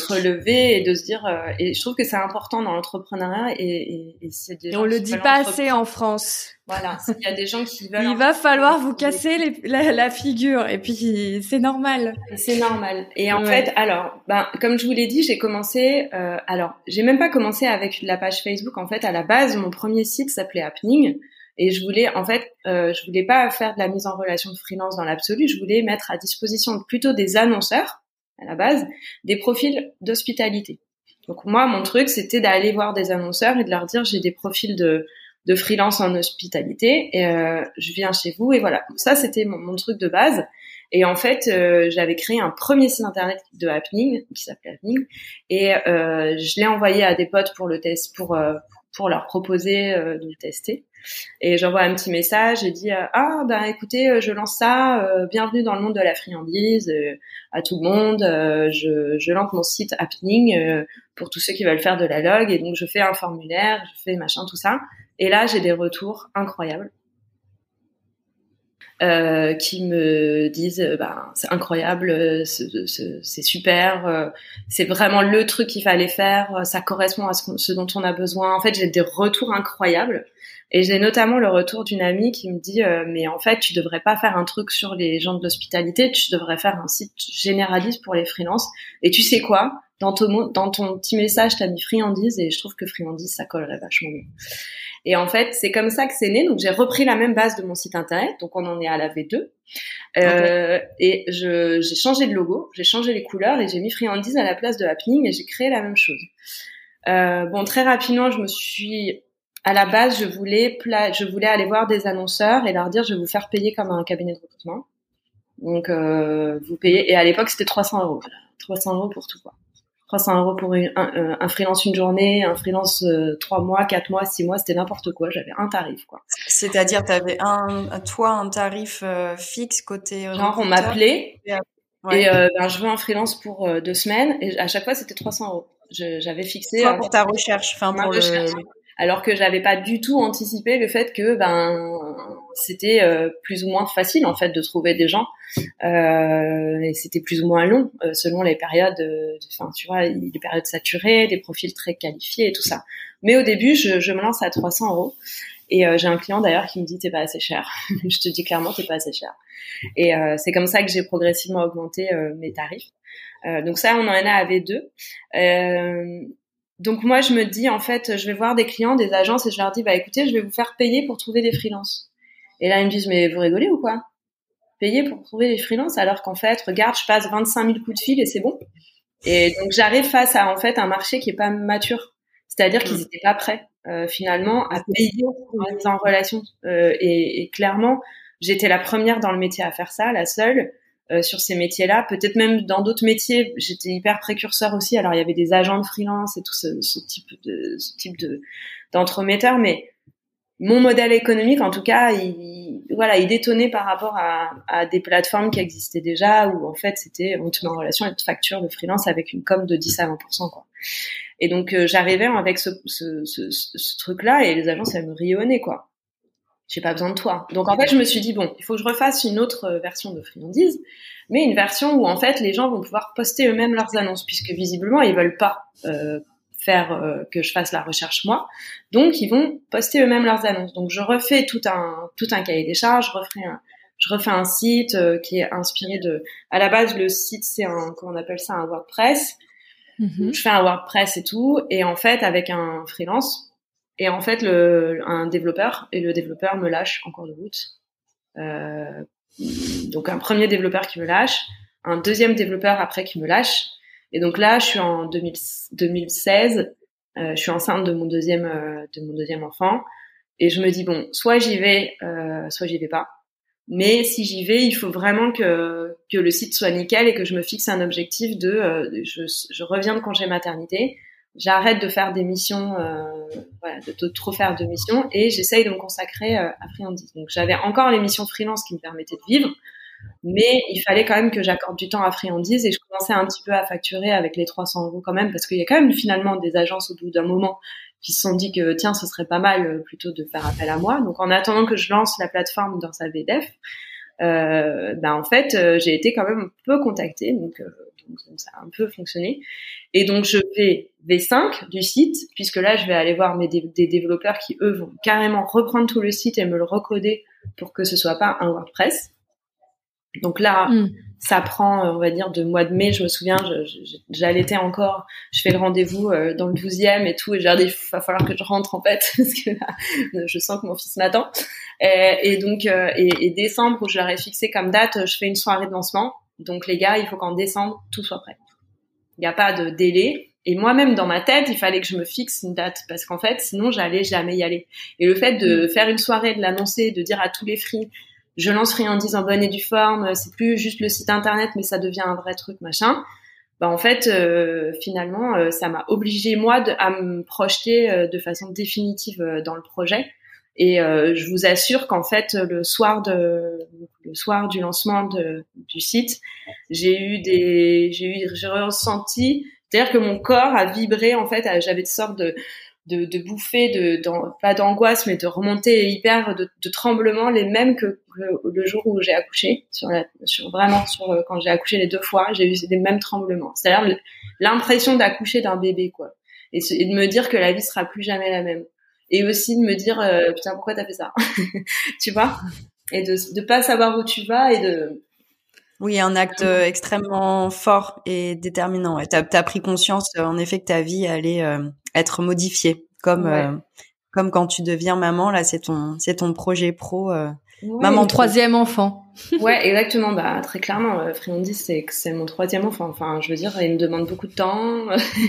relever et de se dire. Euh, et je trouve que c'est important dans l'entrepreneuriat et, et, et c'est des et gens on le qui dit veulent pas assez en France. Voilà, il y a des gens qui veulent. Il va falloir vous casser les, la, la figure et puis c'est normal. Et c'est normal. Et en ouais. fait, alors, ben comme je vous l'ai dit, j'ai commencé. Euh, alors, j'ai même pas commencé avec la page Facebook. En fait, à la base, mon premier site s'appelait Happening. Et je voulais, en fait, euh, je voulais pas faire de la mise en relation de freelance dans l'absolu. Je voulais mettre à disposition plutôt des annonceurs, à la base, des profils d'hospitalité. Donc moi, mon truc, c'était d'aller voir des annonceurs et de leur dire, j'ai des profils de, de freelance en hospitalité et euh, je viens chez vous. Et voilà, ça, c'était mon, mon truc de base. Et en fait, euh, j'avais créé un premier site internet de Happening, qui s'appelait Happening, et euh, je l'ai envoyé à des potes pour le test, pour euh, pour leur proposer euh, de le tester. Et j'envoie un petit message et dis euh, ah ben écoutez, je lance ça, euh, bienvenue dans le monde de la friandise, euh, à tout le monde, euh, je, je lance mon site Happening euh, pour tous ceux qui veulent faire de la log, et donc je fais un formulaire, je fais machin tout ça, et là j'ai des retours incroyables euh, qui me disent euh, ben c'est incroyable, c'est, c'est, c'est super, euh, c'est vraiment le truc qu'il fallait faire, ça correspond à ce, ce dont on a besoin. En fait, j'ai des retours incroyables. Et j'ai notamment le retour d'une amie qui me dit euh, mais en fait tu devrais pas faire un truc sur les gens de l'hospitalité, tu devrais faire un site généraliste pour les freelances. Et tu sais quoi, dans ton dans ton petit message t'as mis friandise, et je trouve que friandise ça collerait vachement bien. Et en fait c'est comme ça que c'est né. Donc j'ai repris la même base de mon site internet, donc on en est à la V deux, euh, okay. Et je j'ai changé de logo, j'ai changé les couleurs et j'ai mis friandise à la place de Happening, et j'ai créé la même chose. Euh, bon, très rapidement je me suis À la base, je voulais, pla- je voulais aller voir des annonceurs et leur dire, je vais vous faire payer comme un cabinet de recrutement. Donc, euh, vous payez. Et à l'époque, c'était trois cents euros. trois cents euros pour tout, quoi. trois cents euros pour une, un, un freelance une journée, un freelance euh, trois mois, quatre mois, six mois, c'était n'importe quoi. J'avais un tarif, quoi. C'est-à-dire, t'avais un, toi, un tarif euh, fixe côté Genre, recruteur. on m'appelait ouais. et euh, ben, je veux un freelance pour euh, deux semaines, et à chaque fois, c'était trois cents euros. Je, j'avais fixé. Toi, pour ta recherche, enfin, pour recherche. le... Alors que j'avais pas du tout anticipé le fait que ben c'était euh, plus ou moins facile en fait de trouver des gens, euh, et c'était plus ou moins long euh, selon les périodes, enfin tu vois, les périodes saturées, des profils très qualifiés et tout ça. Mais au début, je, je me lance à trois cents euros, et euh, j'ai un client d'ailleurs qui me dit t'es pas assez cher. Je te dis clairement t'es pas assez cher. Et euh, c'est comme ça que j'ai progressivement augmenté euh, mes tarifs. Euh, donc ça, on en est à V deux. Euh, Donc moi je me dis en fait je vais voir des clients, des agences, et je leur dis bah écoutez je vais vous faire payer pour trouver des freelances. Et là ils me disent mais vous rigolez ou quoi? Payer pour trouver des freelances alors qu'en fait regarde je passe vingt-cinq mille coups de fil et c'est bon. Et donc j'arrive face à en fait un marché qui est pas mature, c'est-à-dire qu'ils étaient pas prêts euh, finalement à payer pour la mise en relation. Euh, et, et clairement j'étais la première dans le métier à faire ça, la seule. Euh, sur ces métiers-là, peut-être même dans d'autres métiers, j'étais hyper précurseur aussi. Alors il y avait des agents de freelance et tout ce, ce type de ce type de d'entremetteurs, mais mon modèle économique, en tout cas, il, voilà, il détonnait par rapport à, à des plateformes qui existaient déjà, où en fait c'était on te met en relation avec une facture de freelance avec une com de dix à vingt pour cent, quoi. Et donc euh, j'arrivais avec ce, ce, ce, ce, ce truc-là, et les agences elles me riaient au nez, quoi. J'ai pas besoin de toi. Donc en fait, je me suis dit bon, il faut que je refasse une autre version de friandise, mais une version où en fait les gens vont pouvoir poster eux-mêmes leurs annonces, puisque visiblement ils veulent pas euh, faire euh, que je fasse la recherche moi. Donc ils vont poster eux-mêmes leurs annonces. Donc je refais tout un tout un cahier des charges, je refais un je refais un site euh, qui est inspiré de. À la base, le site c'est un comment on appelle ça un WordPress. Mm-hmm. Je fais un WordPress et tout, et en fait avec un freelance. Et en fait, le, un développeur, et le développeur me lâche en cours de route. Euh, donc un premier développeur qui me lâche, un deuxième développeur après qui me lâche. Et donc là, je suis en deux mille seize, euh, je suis enceinte de mon deuxième, euh, de mon deuxième enfant, et je me dis bon, soit j'y vais, euh, soit j'y vais pas. Mais si j'y vais, il faut vraiment que que le site soit nickel et que je me fixe un objectif de, euh, je, je reviens de congé maternité. J'arrête de faire des missions, euh, voilà, de, de trop faire de missions, et j'essaye de me consacrer euh, à friandise. Donc j'avais encore les missions freelance qui me permettaient de vivre, mais il fallait quand même que j'accorde du temps à friandise, et je commençais un petit peu à facturer avec les trois cents euros quand même, parce qu'il y a quand même finalement des agences au bout d'un moment qui se sont dit que tiens, ce serait pas mal euh, plutôt de faire appel à moi. Donc en attendant que je lance la plateforme dans sa V D E F, euh, ben en fait, euh, j'ai été quand même un peu contactée, donc, euh, donc, donc ça a un peu fonctionné. Et donc je fais V cinq du site, puisque là je vais aller voir mes dé- des développeurs qui eux vont carrément reprendre tout le site et me le recoder pour que ce soit pas un WordPress. Donc là, mm. ça prend, on va dire, de mois de mai. Je me souviens, je, je, j'allaitais encore. Je fais le rendez-vous euh, dans le douzième et tout. Et j'ai dit, il va falloir que je rentre en fait parce que là, je sens que mon fils m'attend. Et, et donc, euh, et, et décembre, où je leur ai fixé comme date, je fais une soirée de lancement. Donc les gars, il faut qu'en décembre tout soit prêt. Il n'y a pas de délai. Et moi-même, dans ma tête, il fallait que je me fixe une date parce qu'en fait, sinon, j'allais jamais y aller. Et le fait de mm. faire une soirée, de l'annoncer, de dire à tous les free, je lance Friandise en bonne et due forme, c'est plus juste le site internet, mais ça devient un vrai truc, machin. Bah, en fait, euh, finalement, euh, ça m'a obligée, moi, de, à me projeter euh, de façon définitive euh, dans le projet. Et euh, je vous assure qu'en fait, le soir de, le soir du lancement de, du site, j'ai eu des, j'ai eu, j'ai ressenti, c'est-à-dire que mon corps a vibré, en fait, j'avais des sortes de, de, de bouffées, de, d'an, pas d'angoisse, mais de remontées hyper, de, de tremblements, les mêmes que, que le jour où j'ai accouché, sur la, sur vraiment, sur, quand j'ai accouché les deux fois, j'ai eu les mêmes tremblements. C'est-à-dire l'impression d'accoucher d'un bébé, quoi. Et, et de me dire que la vie sera plus jamais la même. Et aussi de me dire, euh, putain, pourquoi t'as fait ça? Tu vois? Et de, de pas savoir où tu vas et de, oui, un acte euh, extrêmement fort et déterminant. Ouais. T'as, t'as pris conscience, euh, en effet, que ta vie allait euh, être modifiée, comme ouais. euh, comme quand tu deviens maman. Là, c'est ton c'est ton projet pro. Euh, ouais, maman, troisième enfant. Ouais, exactement. Bah très clairement, euh, Friandise, c'est c'est mon troisième enfant. Enfin, je veux dire, il me demande beaucoup de temps.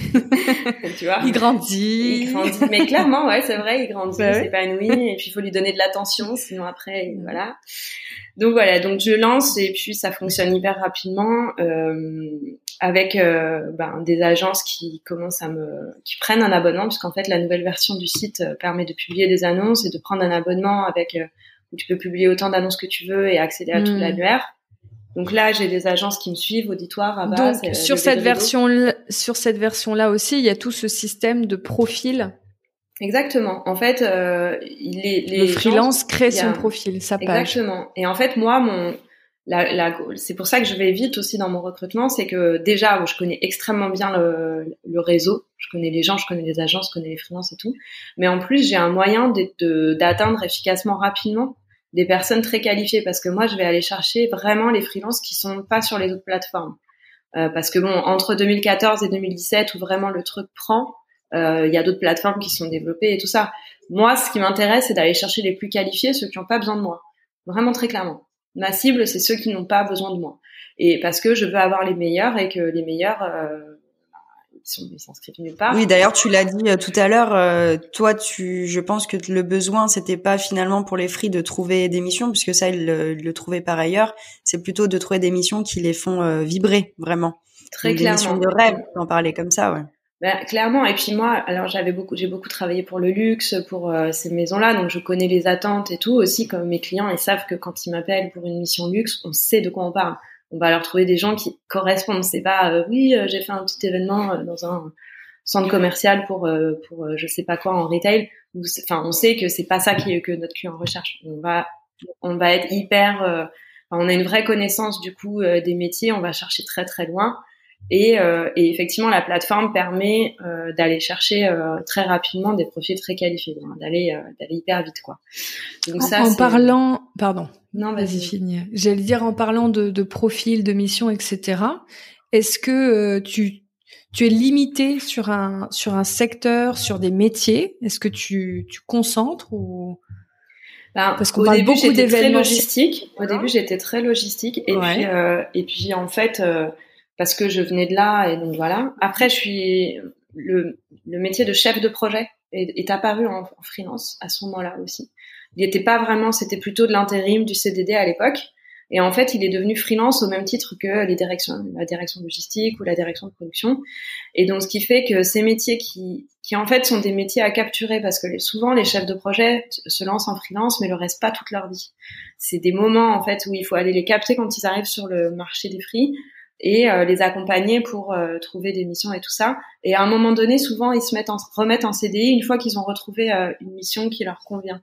Tu vois. Il grandit. Il grandit. Mais clairement, ouais, c'est vrai, il grandit, bah, il s'épanouit, ouais. Et puis il faut lui donner de l'attention, sinon après, voilà. Donc voilà, donc je lance et puis ça fonctionne hyper rapidement euh, avec euh, ben, des agences qui commencent à me, qui prennent un abonnement, parce qu'en fait la nouvelle version du site euh, permet de publier des annonces et de prendre un abonnement avec euh, où tu peux publier autant d'annonces que tu veux et accéder à mmh. tout l'annuaire. Donc là, j'ai des agences qui me suivent, auditoires, à base. Donc sur cette version, sur cette version-là aussi, il y a tout ce système de profil. Exactement. En fait, euh, les, les le freelance gens, crée son a... profil, sa page. Exactement. Et en fait, moi, mon, la, la, c'est pour ça que je vais vite aussi dans mon recrutement, c'est que déjà, je connais extrêmement bien le, le réseau, je connais les gens, je connais les agences, je connais les freelances et tout. Mais en plus, j'ai un moyen de, de, d'atteindre efficacement, rapidement, des personnes très qualifiées, parce que moi, je vais aller chercher vraiment les freelances qui sont pas sur les autres plateformes. Euh, parce que bon, entre deux mille quatorze et deux mille dix-sept, où vraiment le truc prend. Il euh, y a d'autres plateformes qui sont développées et tout ça. Moi, ce qui m'intéresse, c'est d'aller chercher les plus qualifiés, ceux qui n'ont pas besoin de moi. Vraiment très clairement. Ma cible, c'est ceux qui n'ont pas besoin de moi. Et parce que je veux avoir les meilleurs et que les meilleurs, euh, ils sont, ils s'inscrivent nulle part. Oui, d'ailleurs, tu l'as dit euh, tout à l'heure. Euh, toi, tu, je pense que le besoin, c'était pas finalement pour les free de trouver des missions, puisque ça, ils le, ils le trouvaient par ailleurs. C'est plutôt de trouver des missions qui les font euh, vibrer vraiment. Très Donc, clairement. Des missions de rêve, d'en parler comme ça, ouais. Ben, clairement. Et puis moi, alors j'avais beaucoup, j'ai beaucoup travaillé pour le luxe, pour euh, ces maisons-là, donc je connais les attentes et tout aussi. Comme mes clients, ils savent que quand ils m'appellent pour une mission luxe, on sait de quoi on parle. On va leur trouver des gens qui correspondent. C'est pas euh, oui, euh, j'ai fait un petit événement euh, dans un centre commercial pour euh, pour euh, je sais pas quoi en retail. Enfin, on sait que c'est pas ça qui, que notre client recherche. On va on va être hyper, euh, enfin, on a une vraie connaissance du coup euh, des métiers. On va chercher très très loin. Et, euh, et effectivement, la plateforme permet euh, d'aller chercher euh, très rapidement des profils très qualifiés, hein, d'aller euh, d'aller hyper vite, quoi. Donc en, ça, en c'est... parlant, pardon. Non, vas-y. Vas-y, finis. J'allais dire en parlant de, de profils, de missions, et cetera. Est-ce que euh, tu tu es limité sur un sur un secteur, sur des métiers? Est-ce que tu tu concentres ou ben, parce qu'on parle beaucoup d'événements. Très logistique. Au début, j'étais très logistique, et ouais. puis euh, et puis en fait. Euh, parce que je venais de là et donc voilà. Après, je suis le le métier de chef de projet est, est apparu en, en freelance à ce moment-là aussi. Il n'était pas vraiment, c'était plutôt de l'intérim, du C D D à l'époque. Et en fait, il est devenu freelance au même titre que les directions, la direction logistique ou la direction de production. Et donc, ce qui fait que ces métiers qui qui en fait sont des métiers à capturer, parce que les, souvent les chefs de projet se lancent en freelance mais le restent pas toute leur vie. C'est des moments en fait où il faut aller les capter quand ils arrivent sur le marché des free. Et euh, les accompagner pour euh, trouver des missions et tout ça. Et à un moment donné, souvent, ils se mettent en, remettent en C D I une fois qu'ils ont retrouvé euh, une mission qui leur convient.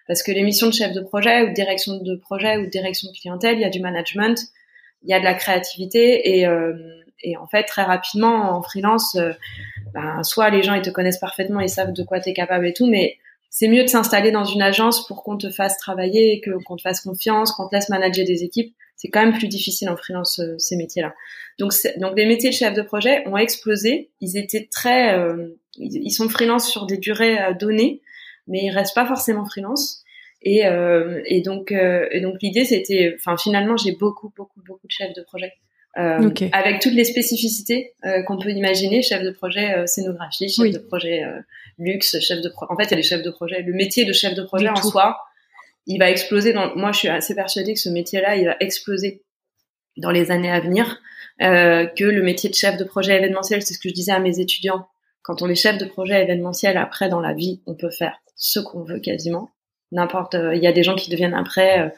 Parce que les missions de chef de projet ou de direction de projet ou de direction de clientèle, il y a du management, il y a de la créativité et, euh, et en fait, très rapidement, en freelance, euh, ben, soit les gens, ils te connaissent parfaitement, ils savent de quoi t'es capable et tout, mais c'est mieux de s'installer dans une agence pour qu'on te fasse travailler, que, qu'on te fasse confiance, qu'on te laisse manager des équipes. C'est quand même plus difficile en freelance, euh, ces métiers-là. Donc, c'est, donc les métiers de chef de projet ont explosé. Ils étaient très, euh, ils, ils sont freelance sur des durées euh, données, mais ils restent pas forcément freelance. Et, euh, et donc, euh, et donc l'idée, c'était, enfin, finalement, j'ai beaucoup, beaucoup, beaucoup de chefs de projet. Euh, okay. Avec toutes les spécificités euh, qu'on peut imaginer, chef de projet euh, scénographie, chef oui. de projet euh, luxe, chef de projet. En fait, il y a les chefs de projet. Le métier de chef de projet du en tout. soi, il va exploser. Dans... Moi, je suis assez persuadée que ce métier-là, il va exploser dans les années à venir. Euh, que le métier de chef de projet événementiel, c'est ce que je disais à mes étudiants. Quand on est chef de projet événementiel, après dans la vie, on peut faire ce qu'on veut quasiment. N'importe, il euh, y a des gens qui deviennent après,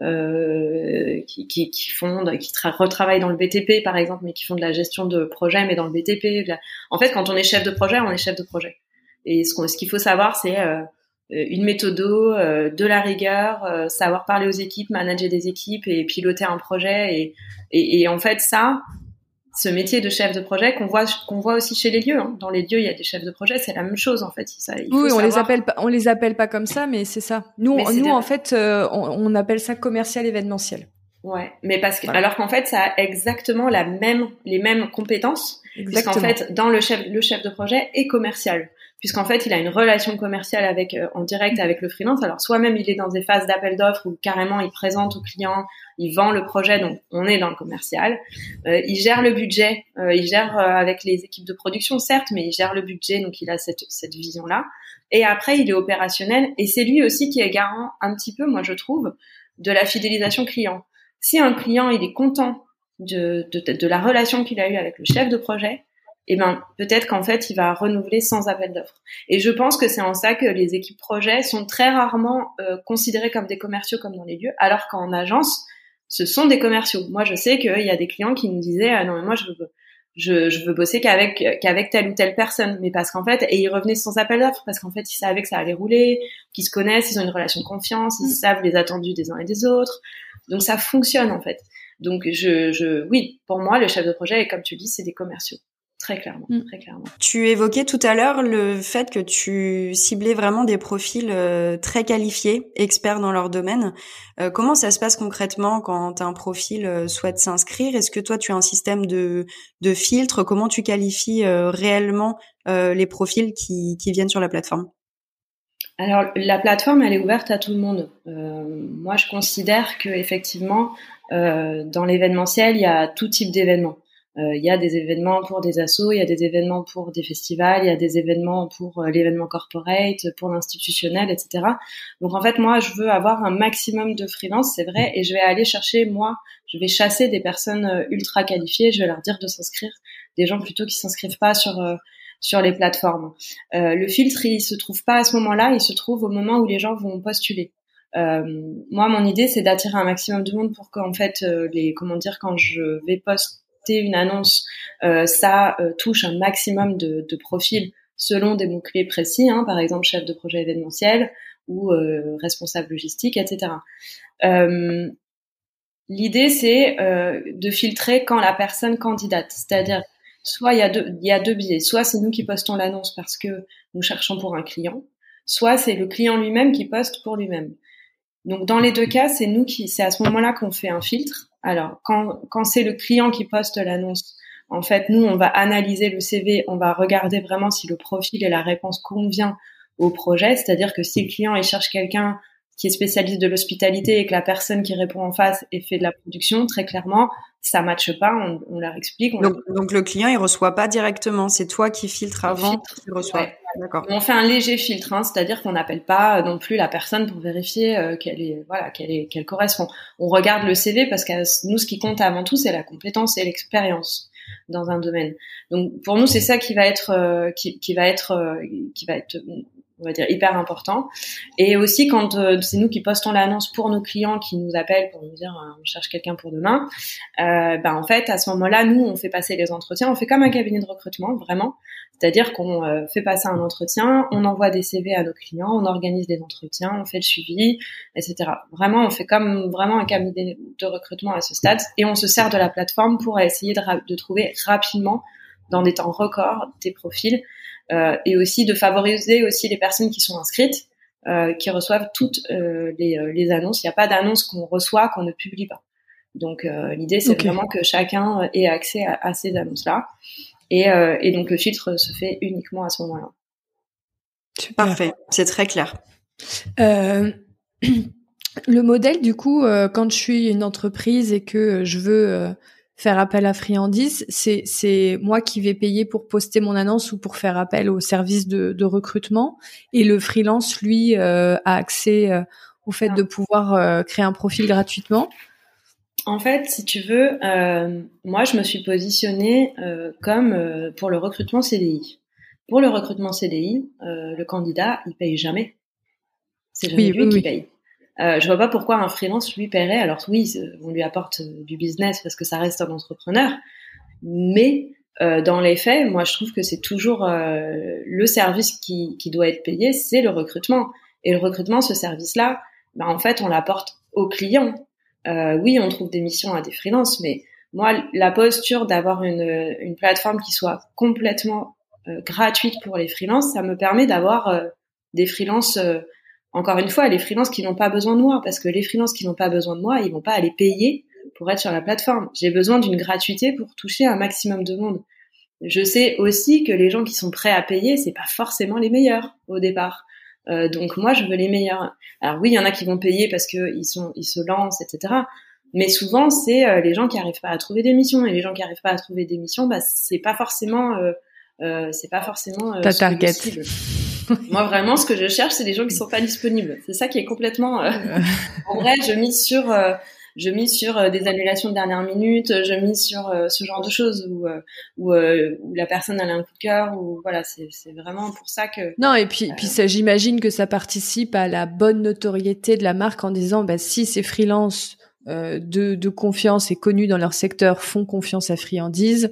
euh, qui, qui, qui font, qui tra- retravaillent dans le B T P par exemple, mais qui font de la gestion de projet, mais dans le B T P. La... En fait, quand on est chef de projet, on est chef de projet. Et ce, qu'on, ce qu'il faut savoir, c'est euh, une méthodo, euh, de la rigueur, euh, savoir parler aux équipes, manager des équipes et piloter un projet. Et, et, et en fait, ça, ce métier de chef de projet qu'on voit qu'on voit aussi chez les lieux, hein. Dans les lieux, il y a des chefs de projet, c'est la même chose en fait. Ça, il faut oui, on savoir... les appelle pas, on les appelle pas comme ça, mais c'est ça. Nous, mais nous des... en fait, euh, on, on appelle ça commercial événementiel. Ouais, mais parce que voilà. Alors qu'en fait, ça a exactement la même les mêmes compétences, exactement. Puisqu'en fait, dans le chef le chef de projet est commercial. Puisqu'en fait, il a une relation commerciale avec euh, en direct avec le freelance. Alors, soit même il est dans des phases d'appel d'offres où carrément il présente au client, il vend le projet, donc on est dans le commercial. Euh, il gère le budget, euh, il gère euh, avec les équipes de production, certes, mais il gère le budget, donc il a cette, cette vision-là. Et après, il est opérationnel et c'est lui aussi qui est garant un petit peu, moi je trouve, de la fidélisation client. Si un client il est content de, de, de la relation qu'il a eue avec le chef de projet, eh ben peut-être qu'en fait il va renouveler sans appel d'offres. Et je pense que c'est en ça que les équipes projets sont très rarement euh, considérées comme des commerciaux comme dans les lieux, alors qu'en agence ce sont des commerciaux. Moi je sais qu'il y a des clients qui nous disaient ah non mais moi je veux je, je veux bosser qu'avec qu'avec telle ou telle personne, mais parce qu'en fait et ils revenaient sans appel d'offres parce qu'en fait ils savaient que ça allait rouler, qu'ils se connaissent, ils ont une relation de confiance, ils savent les attendus des uns et des autres, donc ça fonctionne en fait. Donc je je oui pour moi le chef de projet comme tu dis c'est des commerciaux. Très clairement, mmh. très clairement. Tu évoquais tout à l'heure le fait que tu ciblais vraiment des profils euh, très qualifiés, experts dans leur domaine. Euh, comment ça se passe concrètement quand un profil euh, souhaite s'inscrire ? Est-ce que toi, tu as un système de, de filtre ? Comment tu qualifies euh, réellement euh, les profils qui, qui viennent sur la plateforme ? Alors, la plateforme, elle est ouverte à tout le monde. Euh, moi, je considère que effectivement, euh, dans l'événementiel, il y a tout type d'événements. Il euh, y a des événements pour des assos, il y a des événements pour des festivals, il y a des événements pour euh, l'événement corporate, pour l'institutionnel, et cetera. Donc en fait, moi, je veux avoir un maximum de freelance, c'est vrai, et je vais aller chercher, moi, je vais chasser des personnes euh, ultra qualifiées, je vais leur dire de s'inscrire, des gens plutôt qui s'inscrivent pas sur euh, sur les plateformes. Euh, le filtre, il se trouve pas à ce moment-là, il se trouve au moment où les gens vont postuler. Euh, moi, mon idée, c'est d'attirer un maximum de monde pour qu'en fait, euh, les, comment dire, quand je vais poster une annonce, euh, ça euh, touche un maximum de, de profils selon des mots-clés précis, hein, par exemple chef de projet événementiel ou euh, responsable logistique, et cetera. Euh, l'idée, c'est euh, de filtrer quand la personne candidate, c'est-à-dire soit il y a deux, il y a deux biais, soit c'est nous qui postons l'annonce parce que nous cherchons pour un client, soit c'est le client lui-même qui poste pour lui-même. Donc dans les deux cas, c'est nous qui, c'est à ce moment-là qu'on fait un filtre. Alors quand quand c'est le client qui poste l'annonce, en fait nous on va analyser le C V, on va regarder vraiment si le profil et la réponse convient au projet, c'est-à-dire que si le client il cherche quelqu'un qui est spécialiste de l'hospitalité et que la personne qui répond en face et fait de la production, très clairement ça matche pas, on, on leur explique. On donc, leur... donc le client il reçoit pas directement, c'est toi qui filtres avant, filtre, qui reçoit. Ouais. D'accord. On fait un léger filtre, hein, c'est-à-dire qu'on n'appelle pas non plus la personne pour vérifier euh, qu'elle est, voilà, qu'elle est, qu'elle correspond. On regarde le C V parce que nous, ce qui compte avant tout, c'est la compétence et l'expérience dans un domaine. Donc, pour nous, c'est ça qui va être, euh, qui, qui va être, euh, qui va être on va dire hyper important. Et aussi quand euh, c'est nous qui postons l'annonce pour nos clients qui nous appellent pour nous dire euh, on cherche quelqu'un pour demain, euh, ben en fait à ce moment-là nous on fait passer les entretiens, on fait comme un cabinet de recrutement vraiment, c'est-à-dire qu'on euh, fait passer un entretien, on envoie des C V à nos clients, on organise des entretiens, on fait le suivi, et cetera. Vraiment on fait comme vraiment un cabinet de recrutement à ce stade et on se sert de la plateforme pour essayer de, ra- de trouver rapidement dans des temps records des profils. Euh, et aussi de favoriser aussi les personnes qui sont inscrites, euh, qui reçoivent toutes euh, les, euh, les annonces. Il n'y a pas d'annonce qu'on reçoit qu'on ne publie pas. Donc euh, l'idée c'est okay. vraiment que chacun ait accès à, à ces annonces-là. Et, euh, et donc le filtre se fait uniquement à ce moment-là. Parfait, c'est très clair. Euh, le modèle du coup, euh, quand je suis une entreprise et que je veux euh, faire appel à Friandise, c'est c'est moi qui vais payer pour poster mon annonce ou pour faire appel au service de, de recrutement, et le freelance lui euh, a accès euh, au fait de pouvoir euh, créer un profil gratuitement. En fait, si tu veux, euh, moi je me suis positionnée euh, comme euh, pour le recrutement C D I. Pour le recrutement C D I, euh, le candidat il paye jamais. C'est jamais oui, lui oui, qui oui. paye. Euh, je vois pas pourquoi un freelance lui paierait. Alors oui, on lui apporte du business parce que ça reste un entrepreneur, mais euh, dans les faits, moi je trouve que c'est toujours euh, le service qui, qui doit être payé, c'est le recrutement. Et le recrutement, ce service-là, ben en fait, on l'apporte aux clients. Euh, oui, on trouve des missions à des freelances, mais moi, la posture d'avoir une, une plateforme qui soit complètement euh, gratuite pour les freelances, ça me permet d'avoir euh, des freelances. Euh, Encore une fois, les freelances qui n'ont pas besoin de moi, parce que les freelances qui n'ont pas besoin de moi, ils vont pas aller payer pour être sur la plateforme. J'ai besoin d'une gratuité pour toucher un maximum de monde. Je sais aussi que les gens qui sont prêts à payer, c'est pas forcément les meilleurs au départ. Euh, donc moi, je veux les meilleurs. Alors oui, il y en a qui vont payer parce que ils sont, ils se lancent, et cetera. Mais souvent, c'est euh, les gens qui arrivent pas à trouver des missions, et les gens qui arrivent pas à trouver des missions, bah c'est pas forcément, euh, euh, c'est pas forcément euh, ta target. Moi, vraiment, ce que je cherche, c'est des gens qui sont pas disponibles. C'est ça qui est complètement... Euh... en vrai, je mise sur, euh, je mise sur euh, des annulations de dernière minute, je mise sur euh, ce genre de choses où, euh, où, euh, où la personne elle a un coup de cœur, ou voilà, c'est, c'est vraiment pour ça que... Non, et puis, euh... puis ça, j'imagine que ça participe à la bonne notoriété de la marque en disant, bah, si ces freelances euh, de, de confiance et connus dans leur secteur font confiance à Friandise,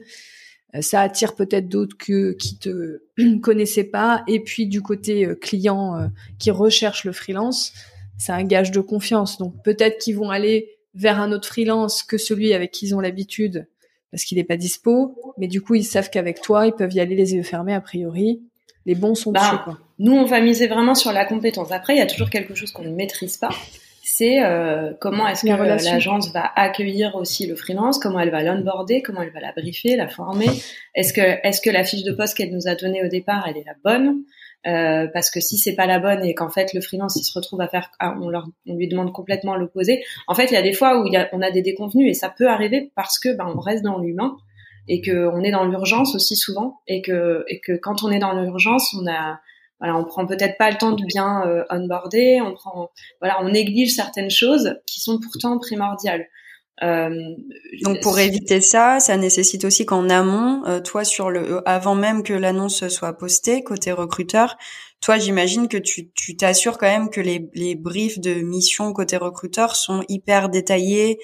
ça attire peut-être d'autres que qui te connaissaient pas, et puis du côté euh, client euh, qui recherche le freelance, c'est un gage de confiance. Donc peut-être qu'ils vont aller vers un autre freelance que celui avec qui ils ont l'habitude parce qu'il est pas dispo, mais du coup ils savent qu'avec toi ils peuvent y aller les yeux fermés a priori. Les bons sont dessus, bah, quoi. Nous on va miser vraiment sur la compétence. Après il y a toujours quelque chose qu'on ne maîtrise pas. C'est euh, comment est-ce que euh, l'agence va accueillir aussi le freelance, comment elle va l'onboarder, comment elle va la briefer, la former. Est-ce que est-ce que la fiche de poste qu'elle nous a donnée au départ, elle est la bonne, euh, parce que si c'est pas la bonne et qu'en fait le freelance il se retrouve à faire, ah, on leur on lui demande complètement l'opposé. En fait, il y a des fois où il y a, on a des déconvenus et ça peut arriver parce que ben on reste dans l'humain et que on est dans l'urgence aussi souvent et que et que quand on est dans l'urgence, on a Voilà, on prend peut-être pas le temps de bien euh, onboarder, on prend, voilà, on néglige certaines choses qui sont pourtant primordiales. Euh, Donc pour éviter ça, ça nécessite aussi qu'en amont, euh, toi sur le, avant même que l'annonce soit postée côté recruteur, toi j'imagine que tu, tu t'assures quand même que les, les briefs de mission côté recruteur sont hyper détaillés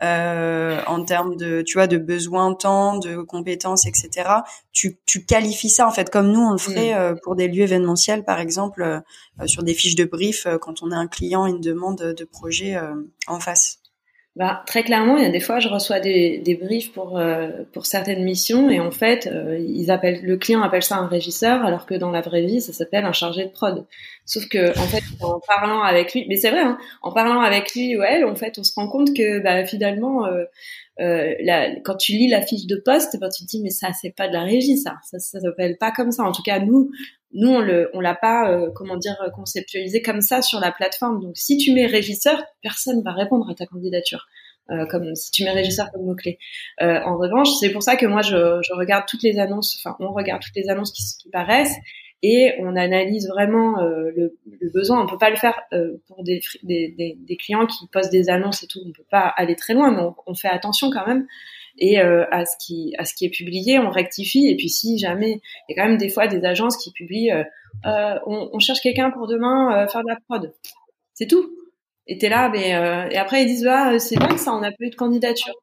euh, en termes de, tu vois, de besoins, temps, de compétences, et cetera. Tu, tu qualifies ça en fait comme nous on le ferait mmh. euh, pour des lieux événementiels par exemple, euh, sur des fiches de brief euh, quand on a un client, une demande de projet euh, en face. Bah, très clairement, il y a des fois, je reçois des, des briefs pour euh, pour certaines missions et en fait, euh, ils appellent le client appelle ça un régisseur, alors que dans la vraie vie, ça s'appelle un chargé de prod. Sauf que en fait, en parlant avec lui, mais c'est vrai, hein, en parlant avec lui ou elle, en fait, on se rend compte que bah finalement, euh, euh, la, quand tu lis la fiche de poste, bah, tu te dis mais ça c'est pas de la régie, ça, ça, ça s'appelle pas comme ça. En tout cas, nous. Nous, on le, on l'a pas, euh, comment dire, conceptualisé comme ça sur la plateforme. Donc, si tu mets régisseur, personne va répondre à ta candidature. Euh, comme si tu mets régisseur comme mot-clé. Euh, en revanche, c'est pour ça que moi, je, je regarde toutes les annonces, enfin, on regarde toutes les annonces qui, qui paraissent et on analyse vraiment euh, le, le besoin. On peut pas le faire euh, pour des, des, des, des clients qui postent des annonces et tout. On peut pas aller très loin, mais on, on fait attention quand même. Et euh, à ce qui à ce qui est publié, on rectifie. Et puis si jamais, il y a quand même des fois des agences qui publient, euh, euh, on, on cherche quelqu'un pour demain euh, faire de la prod. C'est tout. Et t'es là, mais euh, et après ils disent bah c'est dingue ça, on n'a pas eu de candidature.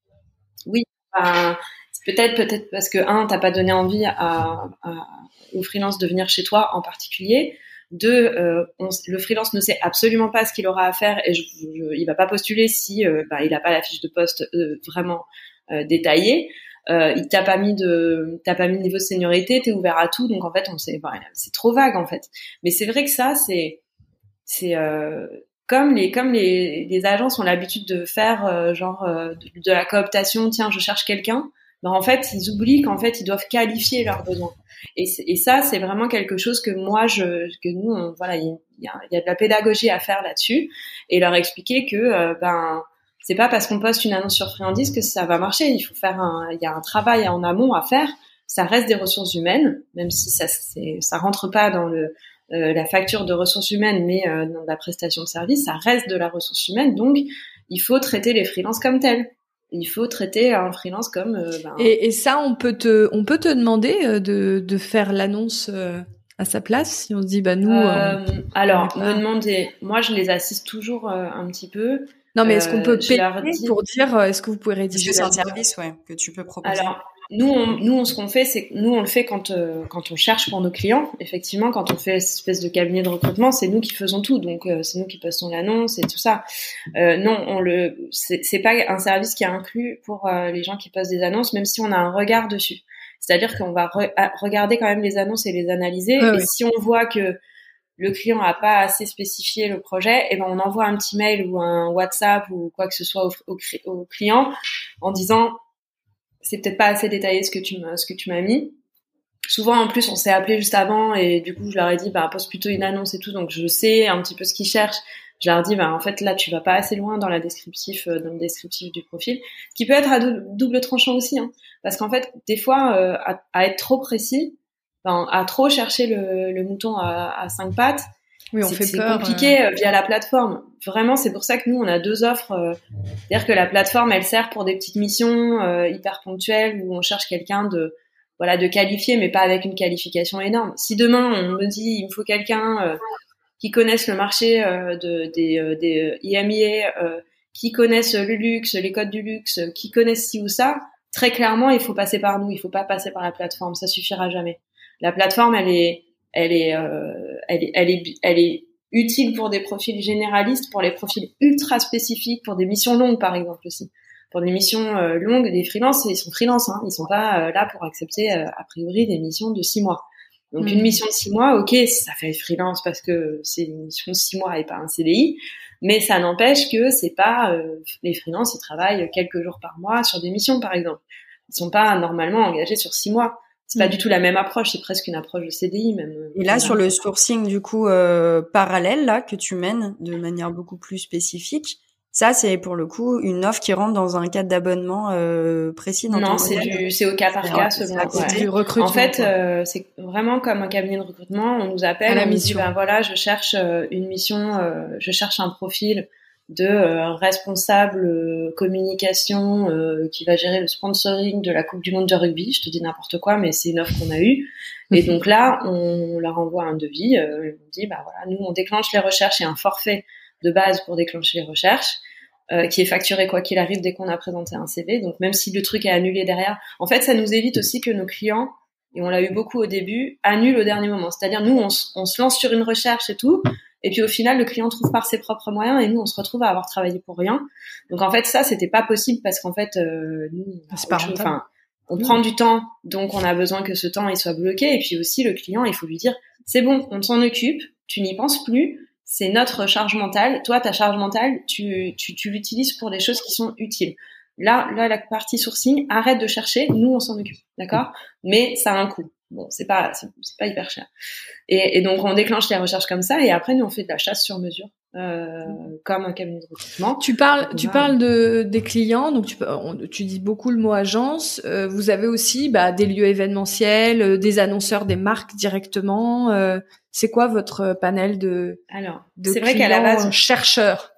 Oui, bah, peut-être peut-être parce que un, t'as pas donné envie à, à aux freelances de venir chez toi en particulier. Deux, euh, on, le freelance ne sait absolument pas ce qu'il aura à faire et je, je, il va pas postuler si euh, bah, il a pas la fiche de poste euh, vraiment euh, détaillée. Euh, il t'a pas mis de, t'as pas mis de niveau de seniorité, t'es ouvert à tout, donc en fait on sait, bah, c'est trop vague en fait. Mais c'est vrai que ça c'est c'est euh, comme les comme les, les agences ont l'habitude de faire euh, genre euh, de, de la cooptation, tiens je cherche quelqu'un, ben en fait ils oublient qu'en fait ils doivent qualifier leurs besoins. Et, et ça c'est vraiment quelque chose que moi je que nous on, voilà il y a, y a de la pédagogie à faire là-dessus et leur expliquer que euh, ben c'est pas parce qu'on poste une annonce sur Friandise que ça va marcher. Il faut faire un il y a un travail en amont à faire. Ça reste des ressources humaines, même si ça c'est ça rentre pas dans le Euh, la facture de ressources humaines, mais euh, dans la prestation de service, ça reste de la ressource humaine. Donc, il faut traiter les freelances comme tels. Il faut traiter un freelance comme. Euh, ben... et, et ça, on peut te, on peut te demander de, de faire l'annonce euh, à sa place si on se dit bah nous. Euh, on, alors, on me demander. Moi, je les assiste toujours euh, un petit peu. Non, mais est-ce qu'on peut euh, payer dis... pour dire est-ce que vous pouvez rédiger? Est-ce que c'est un service, ouais, que tu peux proposer? Alors, nous, on, nous, on, ce qu'on fait, c'est que nous, on le fait quand euh, quand on cherche pour nos clients. Effectivement, quand on fait cette espèce de cabinet de recrutement, c'est nous qui faisons tout. Donc, euh, c'est nous qui postons l'annonce et tout ça. Euh, non, on le, c'est, c'est pas un service qui est inclus pour euh, les gens qui postent des annonces, même si on a un regard dessus. C'est-à-dire qu'on va re- regarder quand même les annonces et les analyser. Ouais, et ouais. Si on voit que le client a pas assez spécifié le projet, et ben on envoie un petit mail ou un WhatsApp ou quoi que ce soit au, au, au client en disant c'est peut-être pas assez détaillé ce que tu m'as, ce que tu m'as mis. Souvent, en plus, on s'est appelé juste avant et du coup, je leur ai dit, bah, poste plutôt une annonce et tout. Donc, je sais un petit peu ce qu'ils cherchent. Je leur dis, bah, en fait, là, tu vas pas assez loin dans la descriptif, euh, dans le descriptif du profil. Ce qui peut être à dou- double tranchant aussi, hein. Parce qu'en fait, des fois, euh, à, à être trop précis, ben, à trop chercher le, le mouton à, à cinq pattes, Oui, on c'est, fait c'est peur. compliqué euh... euh, via la plateforme. Vraiment, c'est pour ça que nous, on a deux offres. Euh, c'est-à-dire que la plateforme, elle sert pour des petites missions euh, hyper ponctuelles où on cherche quelqu'un de voilà de qualifié, mais pas avec une qualification énorme. Si demain on me dit il me faut quelqu'un euh, qui connaisse le marché euh, de, des, euh, des I M I A, euh, qui connaisse le luxe, les codes du luxe, qui connaisse ci ou ça, très clairement, il faut passer par nous. Il faut pas passer par la plateforme. Ça suffira jamais. La plateforme, elle est elle est, euh, elle est, elle est, elle est utile pour des profils généralistes, pour les profils ultra spécifiques, pour des missions longues par exemple aussi. Pour des missions euh, longues, des freelances, ils sont freelance, hein, ils sont pas euh, là pour accepter euh, a priori des missions de six mois. Donc mmh. une mission de six mois, ok, ça fait freelance parce que c'est une mission de six mois et pas un C D I, mais ça n'empêche que c'est pas euh, les freelances, ils travaillent quelques jours par mois sur des missions par exemple. Ils sont pas normalement engagés sur six mois. C'est pas du tout la même approche, c'est presque une approche de C D I même. Et là, sur le sourcing du coup euh, parallèle là que tu mènes de manière beaucoup plus spécifique, ça c'est pour le coup une offre qui rentre dans un cadre d'abonnement euh, précis dans non, ton c'est modèle. du c'est au cas par cas selon ouais. du recrutement. En fait, euh, c'est vraiment comme un cabinet de recrutement. On nous appelle, on nous dit ben voilà, je cherche euh, une mission, euh, je cherche un profil de euh, responsable euh, communication euh, qui va gérer le sponsoring de la Coupe du Monde de rugby. Je te dis n'importe quoi, mais c'est une offre qu'on a eue. Et donc là, on leur envoie un devis. Euh, on dit, bah voilà, nous on déclenche les recherches et un forfait de base pour déclencher les recherches, euh, qui est facturé quoi qu'il arrive dès qu'on a présenté un C V. Donc même si le truc est annulé derrière, en fait, ça nous évite aussi que nos clients, et on l'a eu beaucoup au début, annulent au dernier moment. C'est-à-dire nous, on, on se lance sur une recherche et tout. Et puis au final, le client trouve par ses propres moyens et nous, on se retrouve à avoir travaillé pour rien. Donc en fait, ça, c'était pas possible parce qu'en fait, euh, nous, c'est pas rentable. Enfin, on mmh. prend du temps, donc on a besoin que ce temps il soit bloqué. Et puis aussi, le client, il faut lui dire, c'est bon, on s'en occupe, tu n'y penses plus, c'est notre charge mentale. Toi, ta charge mentale, tu, tu, tu l'utilises pour des choses qui sont utiles. Là, là, la partie sourcing, arrête de chercher, nous, on s'en occupe, d'accord ? Mais ça a un coût. Bon, c'est pas, c'est, c'est pas hyper cher. Et, et donc, on déclenche les recherches comme ça, et après, nous, on fait de la chasse sur mesure, euh, comme un cabinet de recrutement. Tu parles, tu parles de des clients, donc tu, on, tu dis beaucoup le mot agence. Euh, vous avez aussi bah, des lieux événementiels, euh, des annonceurs, des marques directement. Euh, c'est quoi votre panel de Alors, de c'est clients vrai qu'à la base, chercheurs.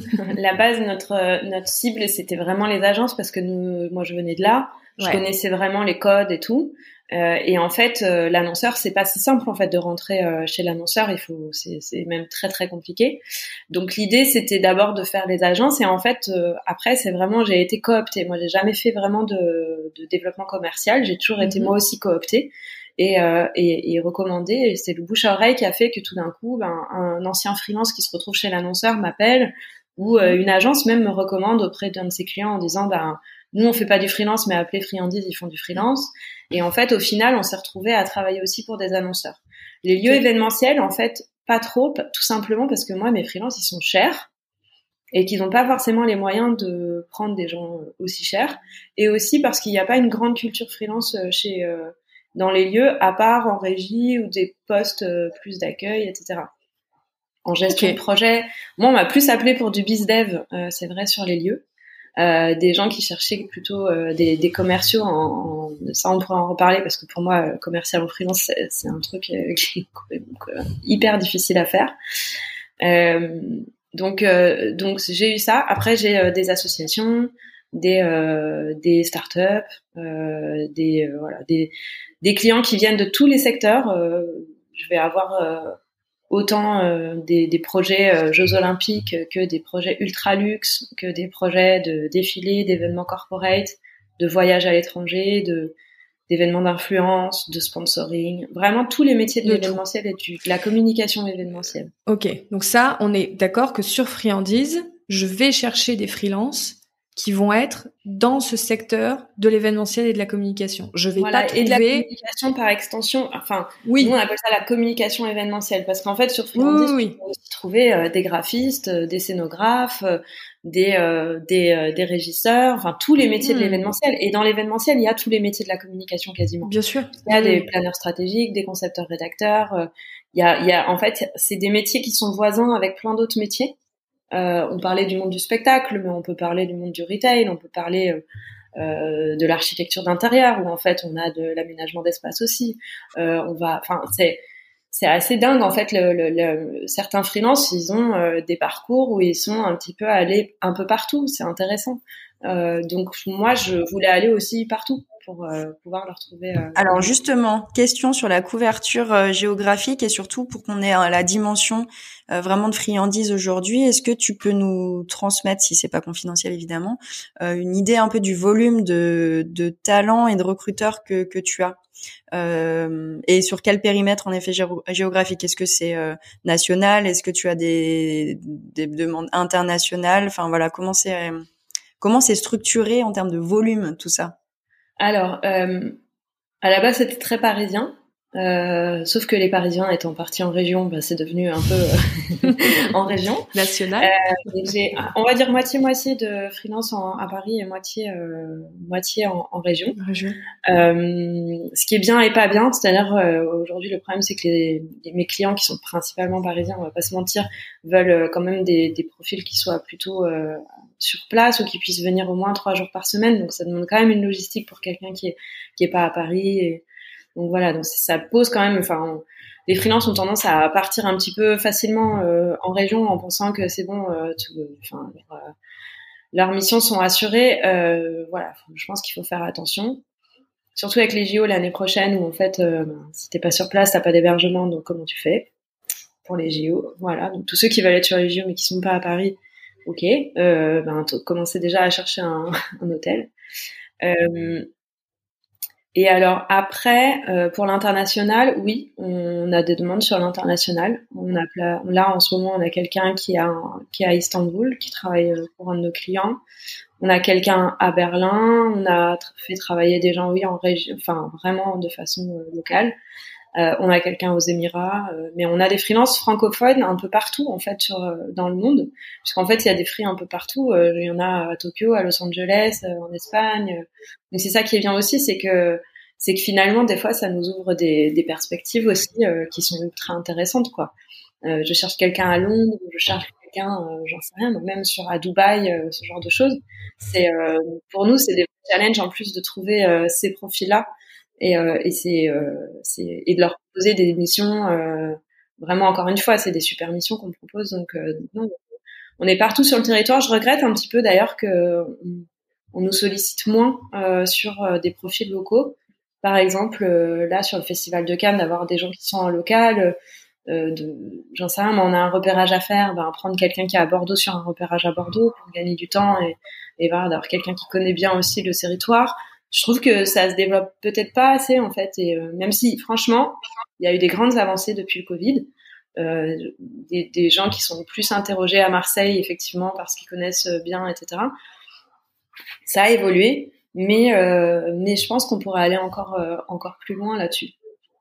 La base, notre notre cible, c'était vraiment les agences parce que nous, moi, je venais de là. Je ouais. connaissais vraiment les codes et tout. Euh, et en fait, euh, l'annonceur, c'est pas si simple en fait de rentrer euh, chez l'annonceur. Il faut, c'est, c'est même très très compliqué. Donc l'idée, c'était d'abord de faire les agences, et en fait, euh, après, c'est vraiment, j'ai été cooptée. Moi, j'ai jamais fait vraiment de, de développement commercial. J'ai toujours été mm-hmm. moi aussi cooptée et, euh, et, et recommandée. Et c'est le bouche à oreille qui a fait que tout d'un coup, ben, un ancien freelance qui se retrouve chez l'annonceur m'appelle, ou euh, une agence même me recommande auprès d'un de ses clients en disant, ben nous, on fait pas du freelance, mais appelez Friandises, ils font du freelance. Et en fait, au final, on s'est retrouvés à travailler aussi pour des annonceurs. Les lieux okay. événementiels, en fait, pas trop, tout simplement parce que moi, mes freelances, ils sont chers et qu'ils n'ont pas forcément les moyens de prendre des gens aussi chers. Et aussi parce qu'il n'y a pas une grande culture freelance chez euh, dans les lieux, à part en régie ou des postes euh, plus d'accueil, et cetera. En gestion okay. de projet, moi, on m'a plus appelé pour du bizdev, euh, c'est vrai, sur les lieux. Euh, des gens qui cherchaient plutôt euh, des, des commerciaux en, en ça on pourra en reparler parce que pour moi euh, commercial en freelance c'est, c'est un truc euh, qui est euh, hyper difficile à faire euh, donc euh, donc j'ai eu ça. Après j'ai euh, des associations, des euh, des startups, euh, des euh, voilà des des clients qui viennent de tous les secteurs. Euh, je vais avoir euh, autant euh, des, des projets euh, Jeux Olympiques que des projets ultra luxe, que des projets de défilés, d'événements corporate, de voyages à l'étranger, de d'événements d'influence, de sponsoring, vraiment tous les métiers de, de l'événementiel et du, de la communication événementielle. Ok, donc ça, on est d'accord que sur Friandises, je vais chercher des freelances qui vont être dans ce secteur de l'événementiel et de la communication. Je vais voilà, pas trouver... et de la communication par extension. Enfin, oui. Nous, on appelle ça la communication événementielle parce qu'en fait, sur Friandises, oui, oui. tu peux aussi trouver euh, des graphistes, euh, des scénographes, euh, des euh, des, euh, des régisseurs, enfin tous les métiers mmh. de l'événementiel. Et dans l'événementiel, il y a tous les métiers de la communication quasiment. Bien sûr. Il y a mmh. des planeurs stratégiques, des concepteurs rédacteurs. Euh, il y a il y a en fait, c'est des métiers qui sont voisins avec plein d'autres métiers. Euh, on parlait du monde du spectacle, mais on peut parler du monde du retail, on peut parler euh, euh, de l'architecture d'intérieur, où en fait on a de l'aménagement d'espace aussi. Euh, on va, enfin c'est c'est assez dingue en fait. Le, le, le, certains freelances, ils ont euh, des parcours où ils sont un petit peu allés un peu partout. C'est intéressant. Euh, donc moi, je voulais aller aussi partout pour euh, pouvoir leur trouver. Euh, Alors justement, question sur la couverture euh, géographique et surtout pour qu'on ait euh, la dimension euh, vraiment de Friandises aujourd'hui. Est-ce que tu peux nous transmettre, si c'est pas confidentiel évidemment, euh, une idée un peu du volume de, de talents et de recruteurs que, que tu as euh, et sur quel périmètre en effet gé- géographique? Est-ce que c'est euh, national? Est-ce que tu as des, des demandes internationales? Enfin voilà, comment c'est euh, comment c'est structuré en termes de volume tout ça? Alors, euh, à la base, c'était très parisien, euh, sauf que les Parisiens étant partis en région, bah, c'est devenu un peu euh, en région. National. Euh, j'ai, on va dire moitié-moitié de freelance en, à Paris et moitié, euh, moitié en, en région. région. Euh, ce qui est bien et pas bien, c'est-à-dire euh, aujourd'hui, le problème, c'est que les, les, mes clients qui sont principalement parisiens, on va pas se mentir, veulent quand même des, des profils qui soient plutôt... Euh, sur place ou qui puissent venir au moins trois jours par semaine, donc ça demande quand même une logistique pour quelqu'un qui est qui est pas à Paris. Et donc voilà, donc ça pose quand même, enfin on, les freelances ont tendance à partir un petit peu facilement euh, en région en pensant que c'est bon, euh, tout, enfin leur, euh, leurs missions sont assurées. Euh, voilà, je pense qu'il faut faire attention, surtout avec les J O l'année prochaine où en fait euh, ben, si t'es pas sur place, t'as pas d'hébergement, donc comment tu fais pour les J O? Voilà, donc tous ceux qui veulent être sur les J O mais qui sont pas à Paris. Ok, euh, ben t- commencez déjà à chercher un, un hôtel. Euh, et alors après, euh, pour l'international, oui, on a des demandes sur l'international. On a là en ce moment, on a quelqu'un qui a qui est à Istanbul, qui travaille pour un de nos clients. On a quelqu'un à Berlin. On a fait travailler des gens, oui, en région, enfin vraiment de façon euh, locale. Euh, on a quelqu'un aux Émirats, euh, mais on a des freelances francophones un peu partout en fait sur euh, dans le monde, puisqu'en fait il y a des free un peu partout. Euh, il y en a à Tokyo, à Los Angeles, euh, en Espagne. Donc c'est ça qui est bien aussi, c'est que c'est que finalement des fois ça nous ouvre des, des perspectives aussi euh, qui sont ultra intéressantes quoi. Euh, je cherche quelqu'un à Londres, je cherche quelqu'un, euh, j'en sais rien, même sur à Dubaï, euh, ce genre de choses. C'est euh, pour nous c'est des challenges en plus de trouver euh, ces profils-là. Et, euh, et c'est, euh, c'est et de leur proposer des missions euh, vraiment encore une fois c'est des super missions qu'on propose donc euh, non, on est partout sur le territoire. Je regrette un petit peu d'ailleurs que on, on nous sollicite moins euh, sur euh, des profils locaux par exemple, euh, là sur le Festival de Cannes, d'avoir des gens qui sont en local, euh, de, j'en sais rien, mais on a un repérage à faire, ben prendre quelqu'un qui est à Bordeaux sur un repérage à Bordeaux pour gagner du temps et, et voilà, d'avoir quelqu'un qui connaît bien aussi le territoire. Je trouve que ça se développe peut-être pas assez en fait, et euh, même si franchement, il y a eu des grandes avancées depuis le Covid. Euh, des, des gens qui sont plus interrogés à Marseille, effectivement, parce qu'ils connaissent bien, et cetera. Ça a évolué, mais euh, mais je pense qu'on pourrait aller encore euh, encore plus loin là-dessus.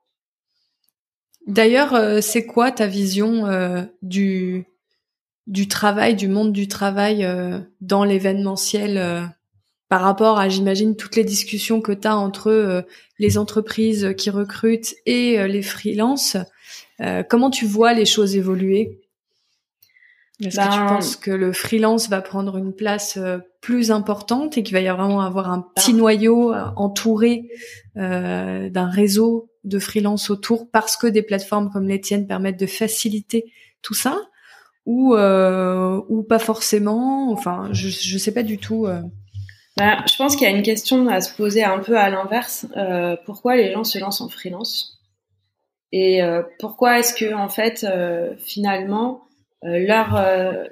D'ailleurs, euh, c'est quoi ta vision euh, du du travail, du monde du travail euh, dans l'événementiel euh, par rapport à, j'imagine, toutes les discussions que tu as entre euh, les entreprises qui recrutent et euh, les freelances? Euh, comment tu vois les choses évoluer? Est-ce ben, que tu penses que le freelance va prendre une place euh, plus importante et qu'il va y vraiment avoir un petit ben, noyau euh, entouré euh, d'un réseau de freelance autour parce que des plateformes comme les tiennes permettent de faciliter tout ça, ou euh, ou pas forcément? Enfin, je je sais pas du tout. Euh... Ben, je pense qu'il y a une question à se poser un peu à l'inverse. Euh, pourquoi les gens se lancent en freelance? Et euh, pourquoi est-ce que en fait euh, finalement euh, leur euh,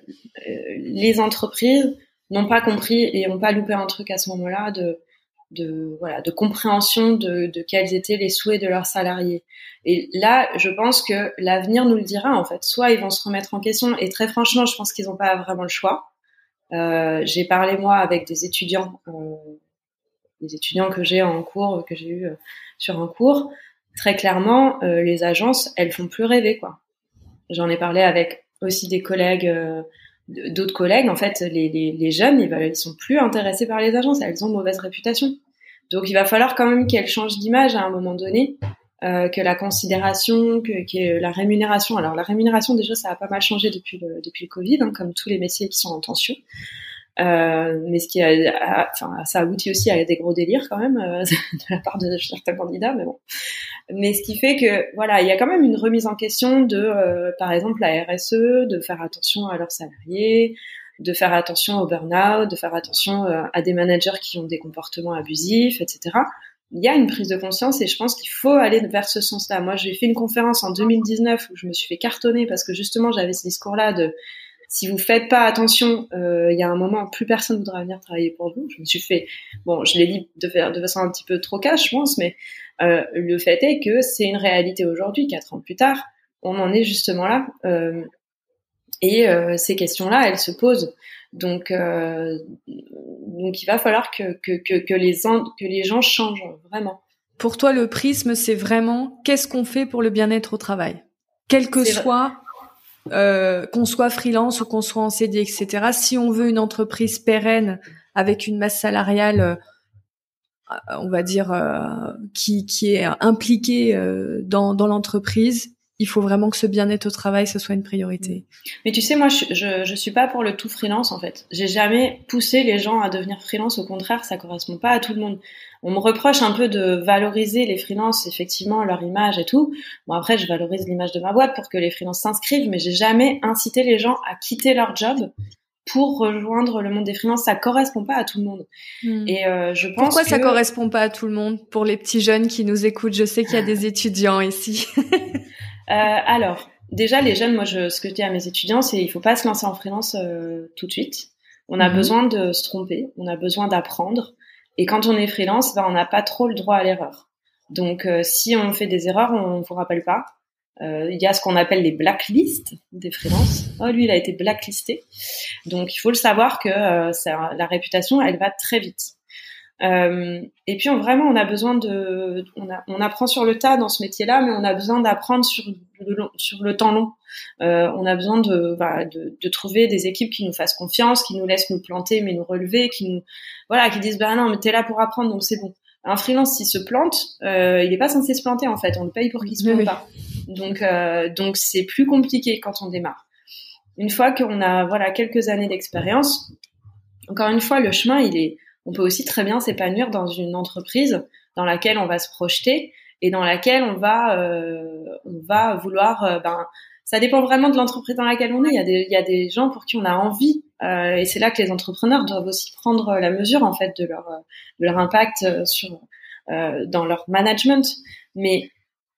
les entreprises n'ont pas compris et n'ont pas loupé un truc à ce moment-là de de voilà de compréhension de, de quels étaient les souhaits de leurs salariés. Et là, je pense que l'avenir nous le dira en fait. Soit ils vont se remettre en question, et très franchement, je pense qu'ils n'ont pas vraiment le choix. Euh, j'ai parlé moi avec des étudiants, euh, des étudiants que j'ai en cours, que j'ai eu euh, sur un cours. Très clairement, euh, les agences, elles font plus rêver, quoi. J'en ai parlé avec aussi des collègues, euh, d'autres collègues. En fait, les, les, les jeunes, ils, ils sont plus intéressés par les agences. Elles ont mauvaise réputation. Donc, il va falloir quand même qu'elles changent d'image à un moment donné, euh, que la considération, que, que la rémunération. Alors, la rémunération, déjà, ça a pas mal changé depuis le, depuis le Covid, hein, comme tous les métiers qui sont en tension. Euh, mais ce qui a, a, enfin, ça aboutit aussi à des gros délires quand même euh, de la part de certains candidats, mais bon. Mais ce qui fait que voilà, il y a quand même une remise en question de, euh, par exemple, la R S E, de faire attention à leurs salariés, de faire attention au burn-out, de faire attention euh, à des managers qui ont des comportements abusifs, et cetera. Il y a une prise de conscience et je pense qu'il faut aller vers ce sens-là. Moi, j'ai fait une conférence en deux mille dix-neuf où je me suis fait cartonner parce que justement, j'avais ce discours-là de si vous faites pas attention, il euh, y a un moment plus personne voudra venir travailler pour vous. Je me suis fait, bon, je l'ai dit de, faire, de façon un petit peu trop cash, je pense, mais euh, le fait est que c'est une réalité aujourd'hui, quatre ans plus tard, on en est justement là, euh, et euh, ces questions-là, elles se posent. Donc, euh, donc il va falloir que que que, que les que les gens changent vraiment. Pour toi, le prisme, c'est vraiment qu'est-ce qu'on fait pour le bien-être au travail, quel que c'est soit. Vrai. Euh, qu'on soit freelance ou qu'on soit en C D I, et cetera. Si on veut une entreprise pérenne avec une masse salariale, euh, on va dire euh, qui qui est impliquée euh, dans dans l'entreprise, il faut vraiment que ce bien-être au travail ce soit une priorité. Mais tu sais, moi, je je, je suis pas pour le tout freelance en fait. J'ai jamais poussé les gens à devenir freelance. Au contraire, ça correspond pas à tout le monde. On me reproche un peu de valoriser les freelances, effectivement, leur image et tout. Bon, après, je valorise l'image de ma boîte pour que les freelances s'inscrivent, mais j'ai jamais incité les gens à quitter leur job pour rejoindre le monde des freelances. Ça correspond pas à tout le monde. Mmh. Et euh, je pense Pourquoi que... ça correspond pas à tout le monde? Pour les petits jeunes qui nous écoutent, je sais qu'il y a des étudiants ici. euh, alors, déjà, les jeunes, moi, je, ce que je dis à mes étudiants, c'est il faut pas se lancer en freelance euh, tout de suite. On a mmh. besoin de se tromper, on a besoin d'apprendre. Et quand on est freelance, ben, on n'a pas trop le droit à l'erreur. Donc, euh, si on fait des erreurs, on ne vous rappelle pas. Euh, il y a ce qu'on appelle les blacklists des freelances. Oh, lui, il a été blacklisté. Donc, il faut le savoir que euh, ça, la réputation, elle va très vite. Euh, et puis, on, vraiment, on a besoin de... On, a, on apprend sur le tas dans ce métier-là, mais on a besoin d'apprendre sur le, long, sur le temps long. Euh, on a besoin de, bah, de, de trouver des équipes qui nous fassent confiance, qui nous laissent nous planter, mais nous relever, qui nous... Voilà, qui disent, bah non, mais t'es là pour apprendre, donc c'est bon. Un freelance, s'il se plante, euh, il est pas censé se planter, en fait. On le paye pour qu'il se plante oui. pas. Donc, euh, donc c'est plus compliqué quand on démarre. Une fois qu'on a, voilà, quelques années d'expérience, encore une fois, le chemin, il est, on peut aussi très bien s'épanouir dans une entreprise dans laquelle on va se projeter et dans laquelle on va, euh, on va vouloir, euh, ben, ça dépend vraiment de l'entreprise dans laquelle on est. Il y a des, il y a des gens pour qui on a envie, euh, et c'est là que les entrepreneurs doivent aussi prendre la mesure, en fait, de leur, de leur impact sur, euh, dans leur management. Mais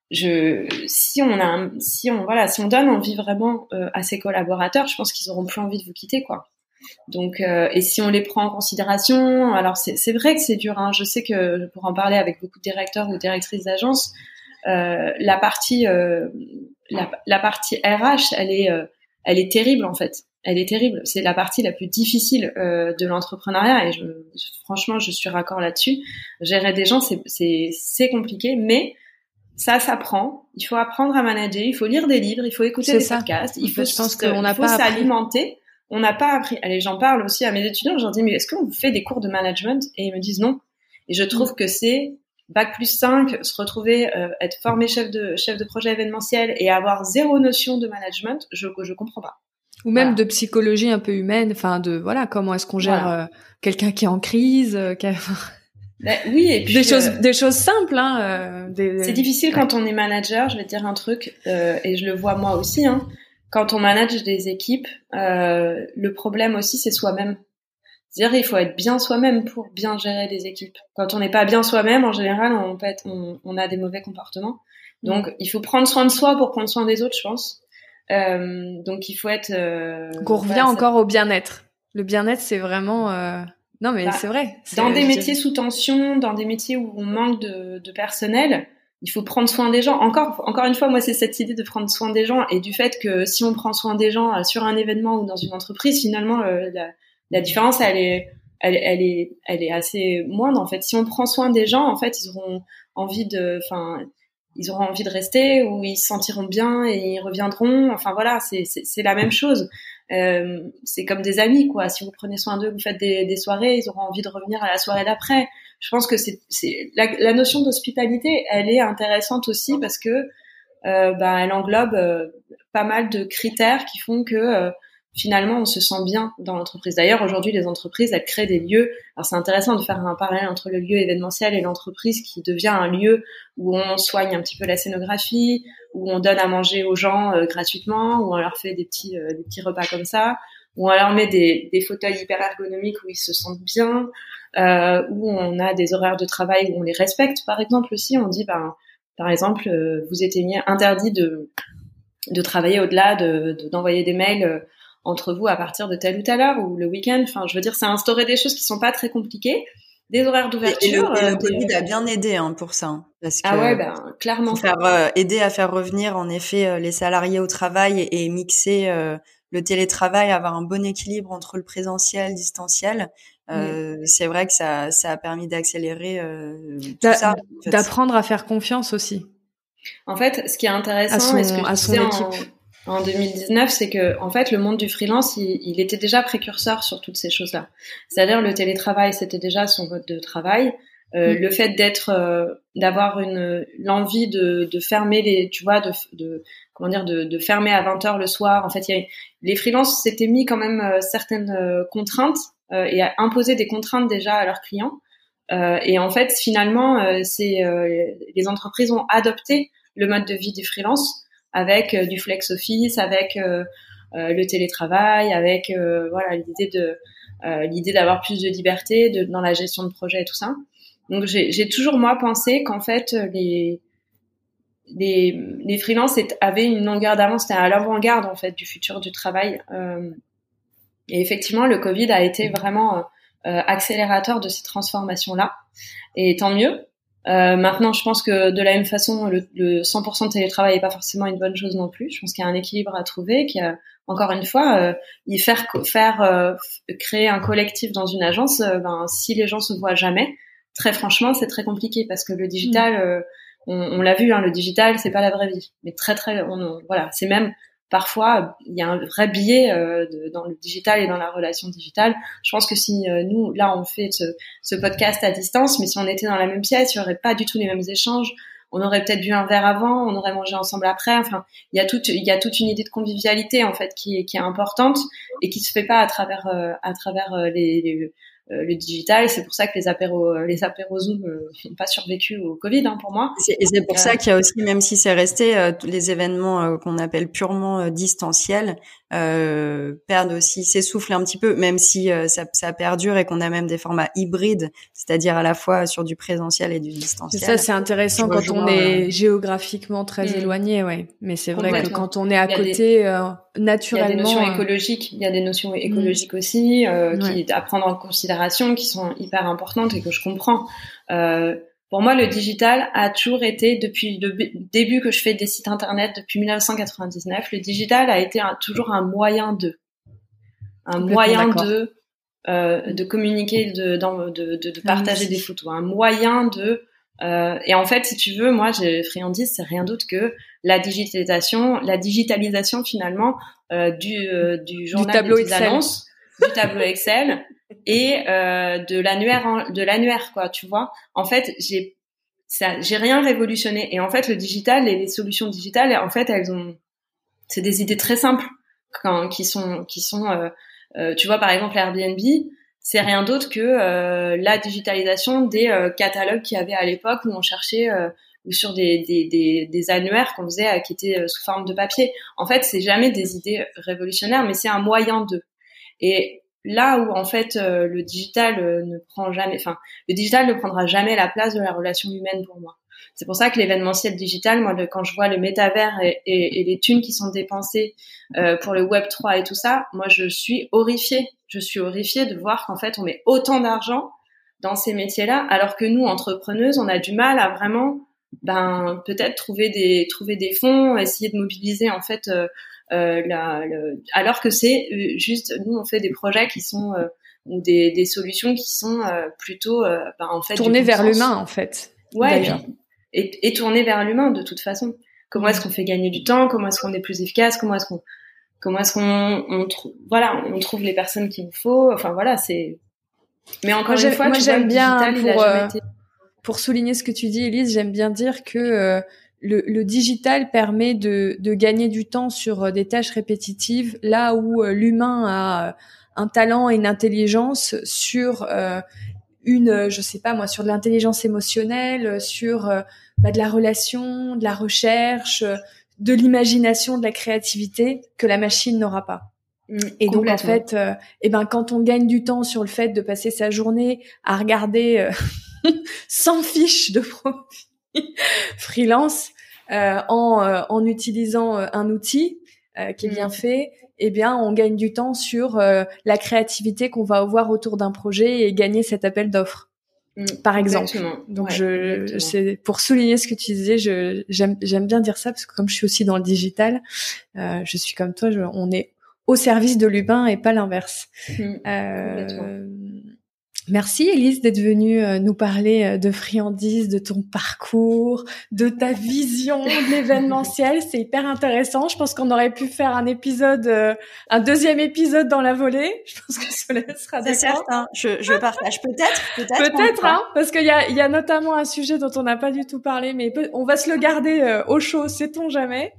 je, si on a, un, si on, voilà, si on donne envie vraiment euh, à ses collaborateurs, je pense qu'ils auront plus envie de vous quitter, quoi. Donc, euh, et si on les prend en considération, alors c'est, c'est vrai que c'est dur. Hein, je sais que pour en parler avec beaucoup de directeurs ou directrices d'agence, euh, la partie, euh, la, la partie R H, elle est, euh, elle est terrible en fait. Elle est terrible. C'est la partie la plus difficile euh, de l'entrepreneuriat et je, franchement, je suis raccord là-dessus. Gérer des gens, c'est, c'est, c'est compliqué, mais ça s'apprend. Il faut apprendre à manager. Il faut lire des livres. Il faut écouter c'est des ça. podcasts. Il en fait, faut, je pense se, qu'on n'a il faut pas s'alimenter. On n'a pas appris. Allez, j'en parle aussi à mes étudiants. Je leur dis, mais est-ce qu'on vous fait des cours de management? Et ils me disent non. Et je trouve mmh. que c'est bac plus cinq, se retrouver, euh, être formé chef de, chef de projet événementiel et avoir zéro notion de management, je, je comprends pas. Ou même voilà. de psychologie un peu humaine, enfin de voilà comment est-ce qu'on gère voilà. euh, quelqu'un qui est en crise, euh, qui a... ben, oui et puis des choses euh, des choses simples hein. Euh, des... C'est difficile ouais. Quand on est manager, je vais te dire un truc euh, et je le vois moi aussi. Hein, quand on manage des équipes, euh, le problème aussi c'est soi-même. C'est-à-dire il faut être bien soi-même pour bien gérer les équipes. Quand on n'est pas bien soi-même, en général, on peut être, on, on a des mauvais comportements. Donc mmh. il faut prendre soin de soi pour prendre soin des autres, je pense. Euh, donc il faut être. Euh, donc on revient voilà, encore ça... au bien-être. Le bien-être, c'est vraiment. Euh... Non mais bah, c'est vrai. C'est, dans des métiers dirais... sous tension, dans des métiers où on manque de, de personnel, il faut prendre soin des gens. Encore, encore une fois, moi c'est cette idée de prendre soin des gens et du fait que si on prend soin des gens sur un événement ou dans une entreprise, finalement euh, la, la différence elle est, elle, elle est, elle est assez moindre en fait. Si on prend soin des gens, en fait, ils auront envie de, enfin. Ils auront envie de rester ou ils se sentiront bien et ils reviendront. Enfin voilà, c'est c'est, c'est la même chose. Euh, c'est comme des amis quoi. Si vous prenez soin d'eux, vous faites des, des soirées, ils auront envie de revenir à la soirée d'après. Je pense que c'est c'est la, la notion d'hospitalité, elle est intéressante aussi parce que euh, bah elle englobe euh, pas mal de critères qui font que euh, finalement on se sent bien dans l'entreprise. D'ailleurs aujourd'hui les entreprises elles créent des lieux. Alors c'est intéressant de faire un parallèle entre le lieu événementiel et l'entreprise qui devient un lieu où on soigne un petit peu la scénographie, où on donne à manger aux gens euh, gratuitement, où on leur fait des petits euh, des petits repas comme ça, où on leur met des des fauteuils hyper ergonomiques où ils se sentent bien, euh, où on a des horaires de travail où on les respecte. Par exemple aussi on dit ben par exemple euh, vous éteignez interdit de de travailler au-delà de, de d'envoyer des mails euh, entre vous à partir de telle ou telle heure ou le week-end. Enfin, je veux dire, c'est instaurer des choses qui sont pas très compliquées, des horaires d'ouverture. Et le, et le euh, Covid des... a bien aidé hein, pour ça, hein, parce que ah ouais, ben clairement. Faire euh, aider à faire revenir en effet euh, les salariés au travail et, et mixer euh, le télétravail, avoir un bon équilibre entre le présentiel, distanciel. Euh, mmh. C'est vrai que ça, ça a permis d'accélérer euh, tout D'a- ça. En fait. D'apprendre à faire confiance aussi. En fait, ce qui est intéressant, à son, et ce que je à son disais équipe. En, en deux mille dix-neuf, c'est que en fait, le monde du freelance, il, il était déjà précurseur sur toutes ces choses-là. C'est-à-dire le télétravail, c'était déjà son mode de travail. Euh, mmh. Le fait d'être, euh, d'avoir une l'envie de, de fermer les, tu vois, de, de comment dire, de, de fermer à vingt heures le soir. En fait, il y a, les freelances s'étaient mis quand même euh, certaines euh, contraintes euh, et à imposer des contraintes déjà à leurs clients. Euh, et en fait, finalement, euh, c'est euh, les entreprises ont adopté le mode de vie du freelance avec euh, du flex office, avec euh, euh, le télétravail, avec euh, voilà l'idée de euh, l'idée d'avoir plus de liberté de, dans la gestion de projet et tout ça. Donc j'ai, j'ai toujours moi pensé qu'en fait les les, les freelances avaient une longueur d'avance, c'était à l'avant-garde en fait du futur du travail. Euh, et effectivement, le Covid a été vraiment euh, accélérateur de ces transformations-là. Et tant mieux. Euh, maintenant, je pense que de la même façon, le, le cent pour cent de télétravail n'est pas forcément une bonne chose non plus. Je pense qu'il y a un équilibre à trouver, qu'il y a, encore une fois, euh, y faire, faire euh, créer un collectif dans une agence, euh, ben, si les gens se voient jamais, très franchement, c'est très compliqué parce que le digital, euh, on, on l'a vu, hein, le digital, c'est pas la vraie vie. Mais très, très, on, voilà, c'est même parfois, il y a un vrai biais euh, de, dans le digital et dans la relation digitale. Je pense que si euh, nous, là, on fait ce, ce podcast à distance, mais si on était dans la même pièce, il y aurait pas du tout les mêmes échanges. On aurait peut-être bu un verre avant, on aurait mangé ensemble après. Enfin, il y a toute, il y a toute une idée de convivialité en fait qui est, qui est importante et qui se fait pas à travers, euh, à travers euh, les, les euh, le digital. C'est pour ça que les apéros, les apéros Zoom n'ont pas survécu au Covid, hein, pour moi. Et c'est pour euh, ça qu'il y a aussi, même si c'est resté, euh, les événements euh, qu'on appelle purement euh, distanciels, euh, perde aussi, s'essouffle un petit peu, même si euh, ça, ça perdure et qu'on a même des formats hybrides, c'est-à-dire à la fois sur du présentiel et du distanciel. Ça, c'est intéressant quand on est euh... géographiquement très mmh. éloigné, ouais. Mais c'est vrai que quand on est à côté, des... euh, naturellement... Il y a des notions euh... écologiques, il y a des notions écologiques mmh. aussi, euh, ouais. qui, à prendre en considération, qui sont hyper importantes et que je comprends. Euh, Pour moi, le digital a toujours été, depuis le début que je fais des sites internet, depuis dix-neuf cent quatre-vingt-dix-neuf, le digital a été un, toujours un moyen de, un moyen de, euh, de communiquer, de, de, de, de partager ah, des photos, un moyen de, euh, et en fait, si tu veux, moi, j'ai Friandise, c'est rien d'autre que la digitalisation, la digitalisation finalement euh, du, euh, du journal du tableau des Excel. annonces, du tableau Excel. Et euh, de l'annuaire de l'annuaire quoi, tu vois. En fait, j'ai ça j'ai rien révolutionné, et en fait le digital et les solutions digitales, en fait, elles ont c'est des idées très simples quand qui sont qui sont euh, euh, tu vois, par exemple Airbnb, c'est rien d'autre que euh, la digitalisation des euh, catalogues qu'il y avait à l'époque où on cherchait euh, ou sur des des des, des annuaires qu'on faisait euh, qui étaient euh, sous forme de papier. En fait, c'est jamais des idées révolutionnaires, mais c'est un moyen de. Et là où en fait euh, le digital euh, ne prend jamais, enfin le digital ne prendra jamais la place de la relation humaine pour moi. C'est pour ça que l'événementiel digital, moi, le, quand je vois le métavers et, et, et les thunes qui sont dépensées euh, pour le web trois et tout ça, moi je suis horrifiée. Je suis horrifiée de voir qu'en fait on met autant d'argent dans ces métiers-là, alors que nous, entrepreneuses, on a du mal à vraiment, ben peut-être trouver des trouver des fonds, essayer de mobiliser en fait. Euh, Euh, la, le, alors que c'est euh, juste, nous on fait des projets qui sont euh, ou des, des solutions qui sont euh, plutôt euh, ben, en fait tournées vers l'humain en fait. Ouais, et, puis, et, et tournées vers l'humain de toute façon. Comment mmh. est-ce qu'on fait gagner du temps, comment est-ce qu'on est plus efficace, comment est-ce qu'on comment est-ce qu'on on trouve voilà, on trouve les personnes qu'il nous faut. Enfin voilà, c'est. Mais encore moi, une fois, moi tu j'aime vois, bien le digital, pour il a jamais euh, été... pour souligner ce que tu dis, Élise, j'aime bien dire que euh, Le, le digital permet de, de gagner du temps sur des tâches répétitives, là où euh, l'humain a un talent et une intelligence sur euh, une, je sais pas moi, sur de l'intelligence émotionnelle, sur euh, bah, de la relation, de la recherche, de l'imagination, de la créativité que la machine n'aura pas. Mmh, et donc en fait, euh, eh ben quand on gagne du temps sur le fait de passer sa journée à regarder euh, cent fiches de profil freelance euh, en euh, en utilisant euh, un outil euh, qui est bien mmh. fait, eh bien on gagne du temps sur euh, la créativité qu'on va avoir autour d'un projet et gagner cet appel d'offres. Mmh, par exemple. Exactement. Donc ouais, je exactement. C'est pour souligner ce que tu disais, je j'aime j'aime bien dire ça parce que comme je suis aussi dans le digital, euh, je suis comme toi, je, on est au service de l'humain et pas l'inverse. Mmh, euh, Merci Élise d'être venue euh, nous parler euh, de Friandise, de ton parcours, de ta vision de l'événementiel. C'est hyper intéressant. Je pense qu'on aurait pu faire un épisode, euh, un deuxième épisode dans la volée. Je pense que Solène sera d'accord. C'est certain. Je, je partage peut-être, peut-être. Peut-être, hein, parce qu'il y a, il y a notamment un sujet dont on n'a pas du tout parlé, mais peut, on va se le garder euh, au chaud, sait-on jamais.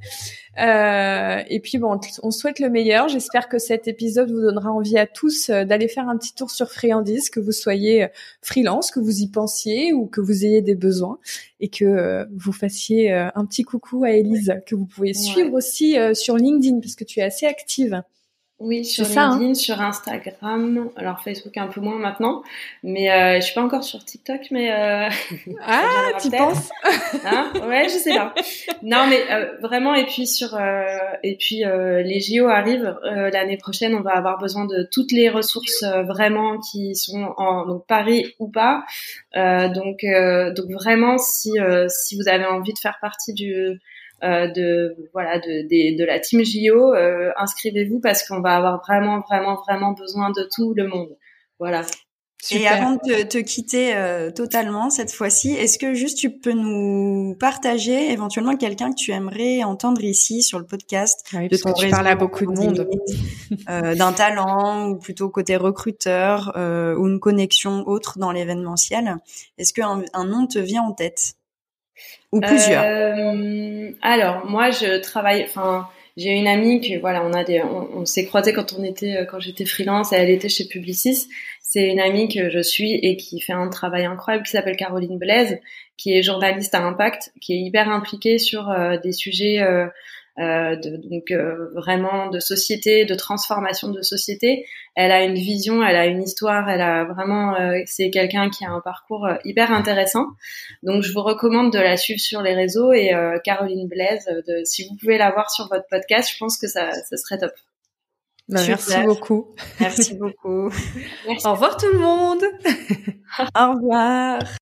Euh, et puis bon, on souhaite le meilleur. J'espère que cet épisode vous donnera envie à tous euh, d'aller faire un petit tour sur Friandise, que vous soyez freelance, que vous y pensiez ou que vous ayez des besoins, et que euh, vous fassiez euh, un petit coucou à Élise, que vous pouvez suivre ouais. aussi euh, sur LinkedIn parce que tu es assez active. Oui, sur c'est LinkedIn, ça, hein, sur Instagram, alors Facebook un peu moins maintenant, mais euh, je suis pas encore sur TikTok, mais euh, ah, tu penses hein, ouais, je sais pas. Non, mais euh, vraiment, et puis sur euh, et puis euh, les J O arrivent euh, l'année prochaine, on va avoir besoin de toutes les ressources euh, vraiment qui sont en donc Paris ou pas. Euh, donc euh, donc vraiment, si euh, si vous avez envie de faire partie du Euh, de voilà de, de de la team J O, euh, inscrivez-vous parce qu'on va avoir vraiment vraiment vraiment besoin de tout le monde. Voilà. Super. Et avant de te, te quitter euh, totalement cette fois-ci, est-ce que juste tu peux nous partager éventuellement quelqu'un que tu aimerais entendre ici sur le podcast, oui, de ton réseau, tu parles à beaucoup de monde, euh, d'un talent ou plutôt côté recruteur euh, ou une connexion autre dans l'événementiel. Est-ce qu'un un nom te vient en tête? Ou plusieurs. Euh, alors moi je travaille, enfin j'ai une amie que voilà on a des, on, on s'est croisés quand on était, quand j'étais freelance et elle était chez Publicis. C'est une amie que je suis et qui fait un travail incroyable qui s'appelle Caroline Blaise, qui est journaliste à impact, qui est hyper impliquée sur euh, des sujets euh, euh, de, donc euh, vraiment de société, de transformation de société. Elle a une vision, elle a une histoire, elle a vraiment, euh, c'est quelqu'un qui a un parcours euh, hyper intéressant. Donc je vous recommande de la suivre sur les réseaux et euh, Caroline Blaise, de, si vous pouvez la voir sur votre podcast, je pense que ça, ça serait top. Bah, merci beaucoup. Merci beaucoup. Merci. Au revoir tout le monde. Au revoir.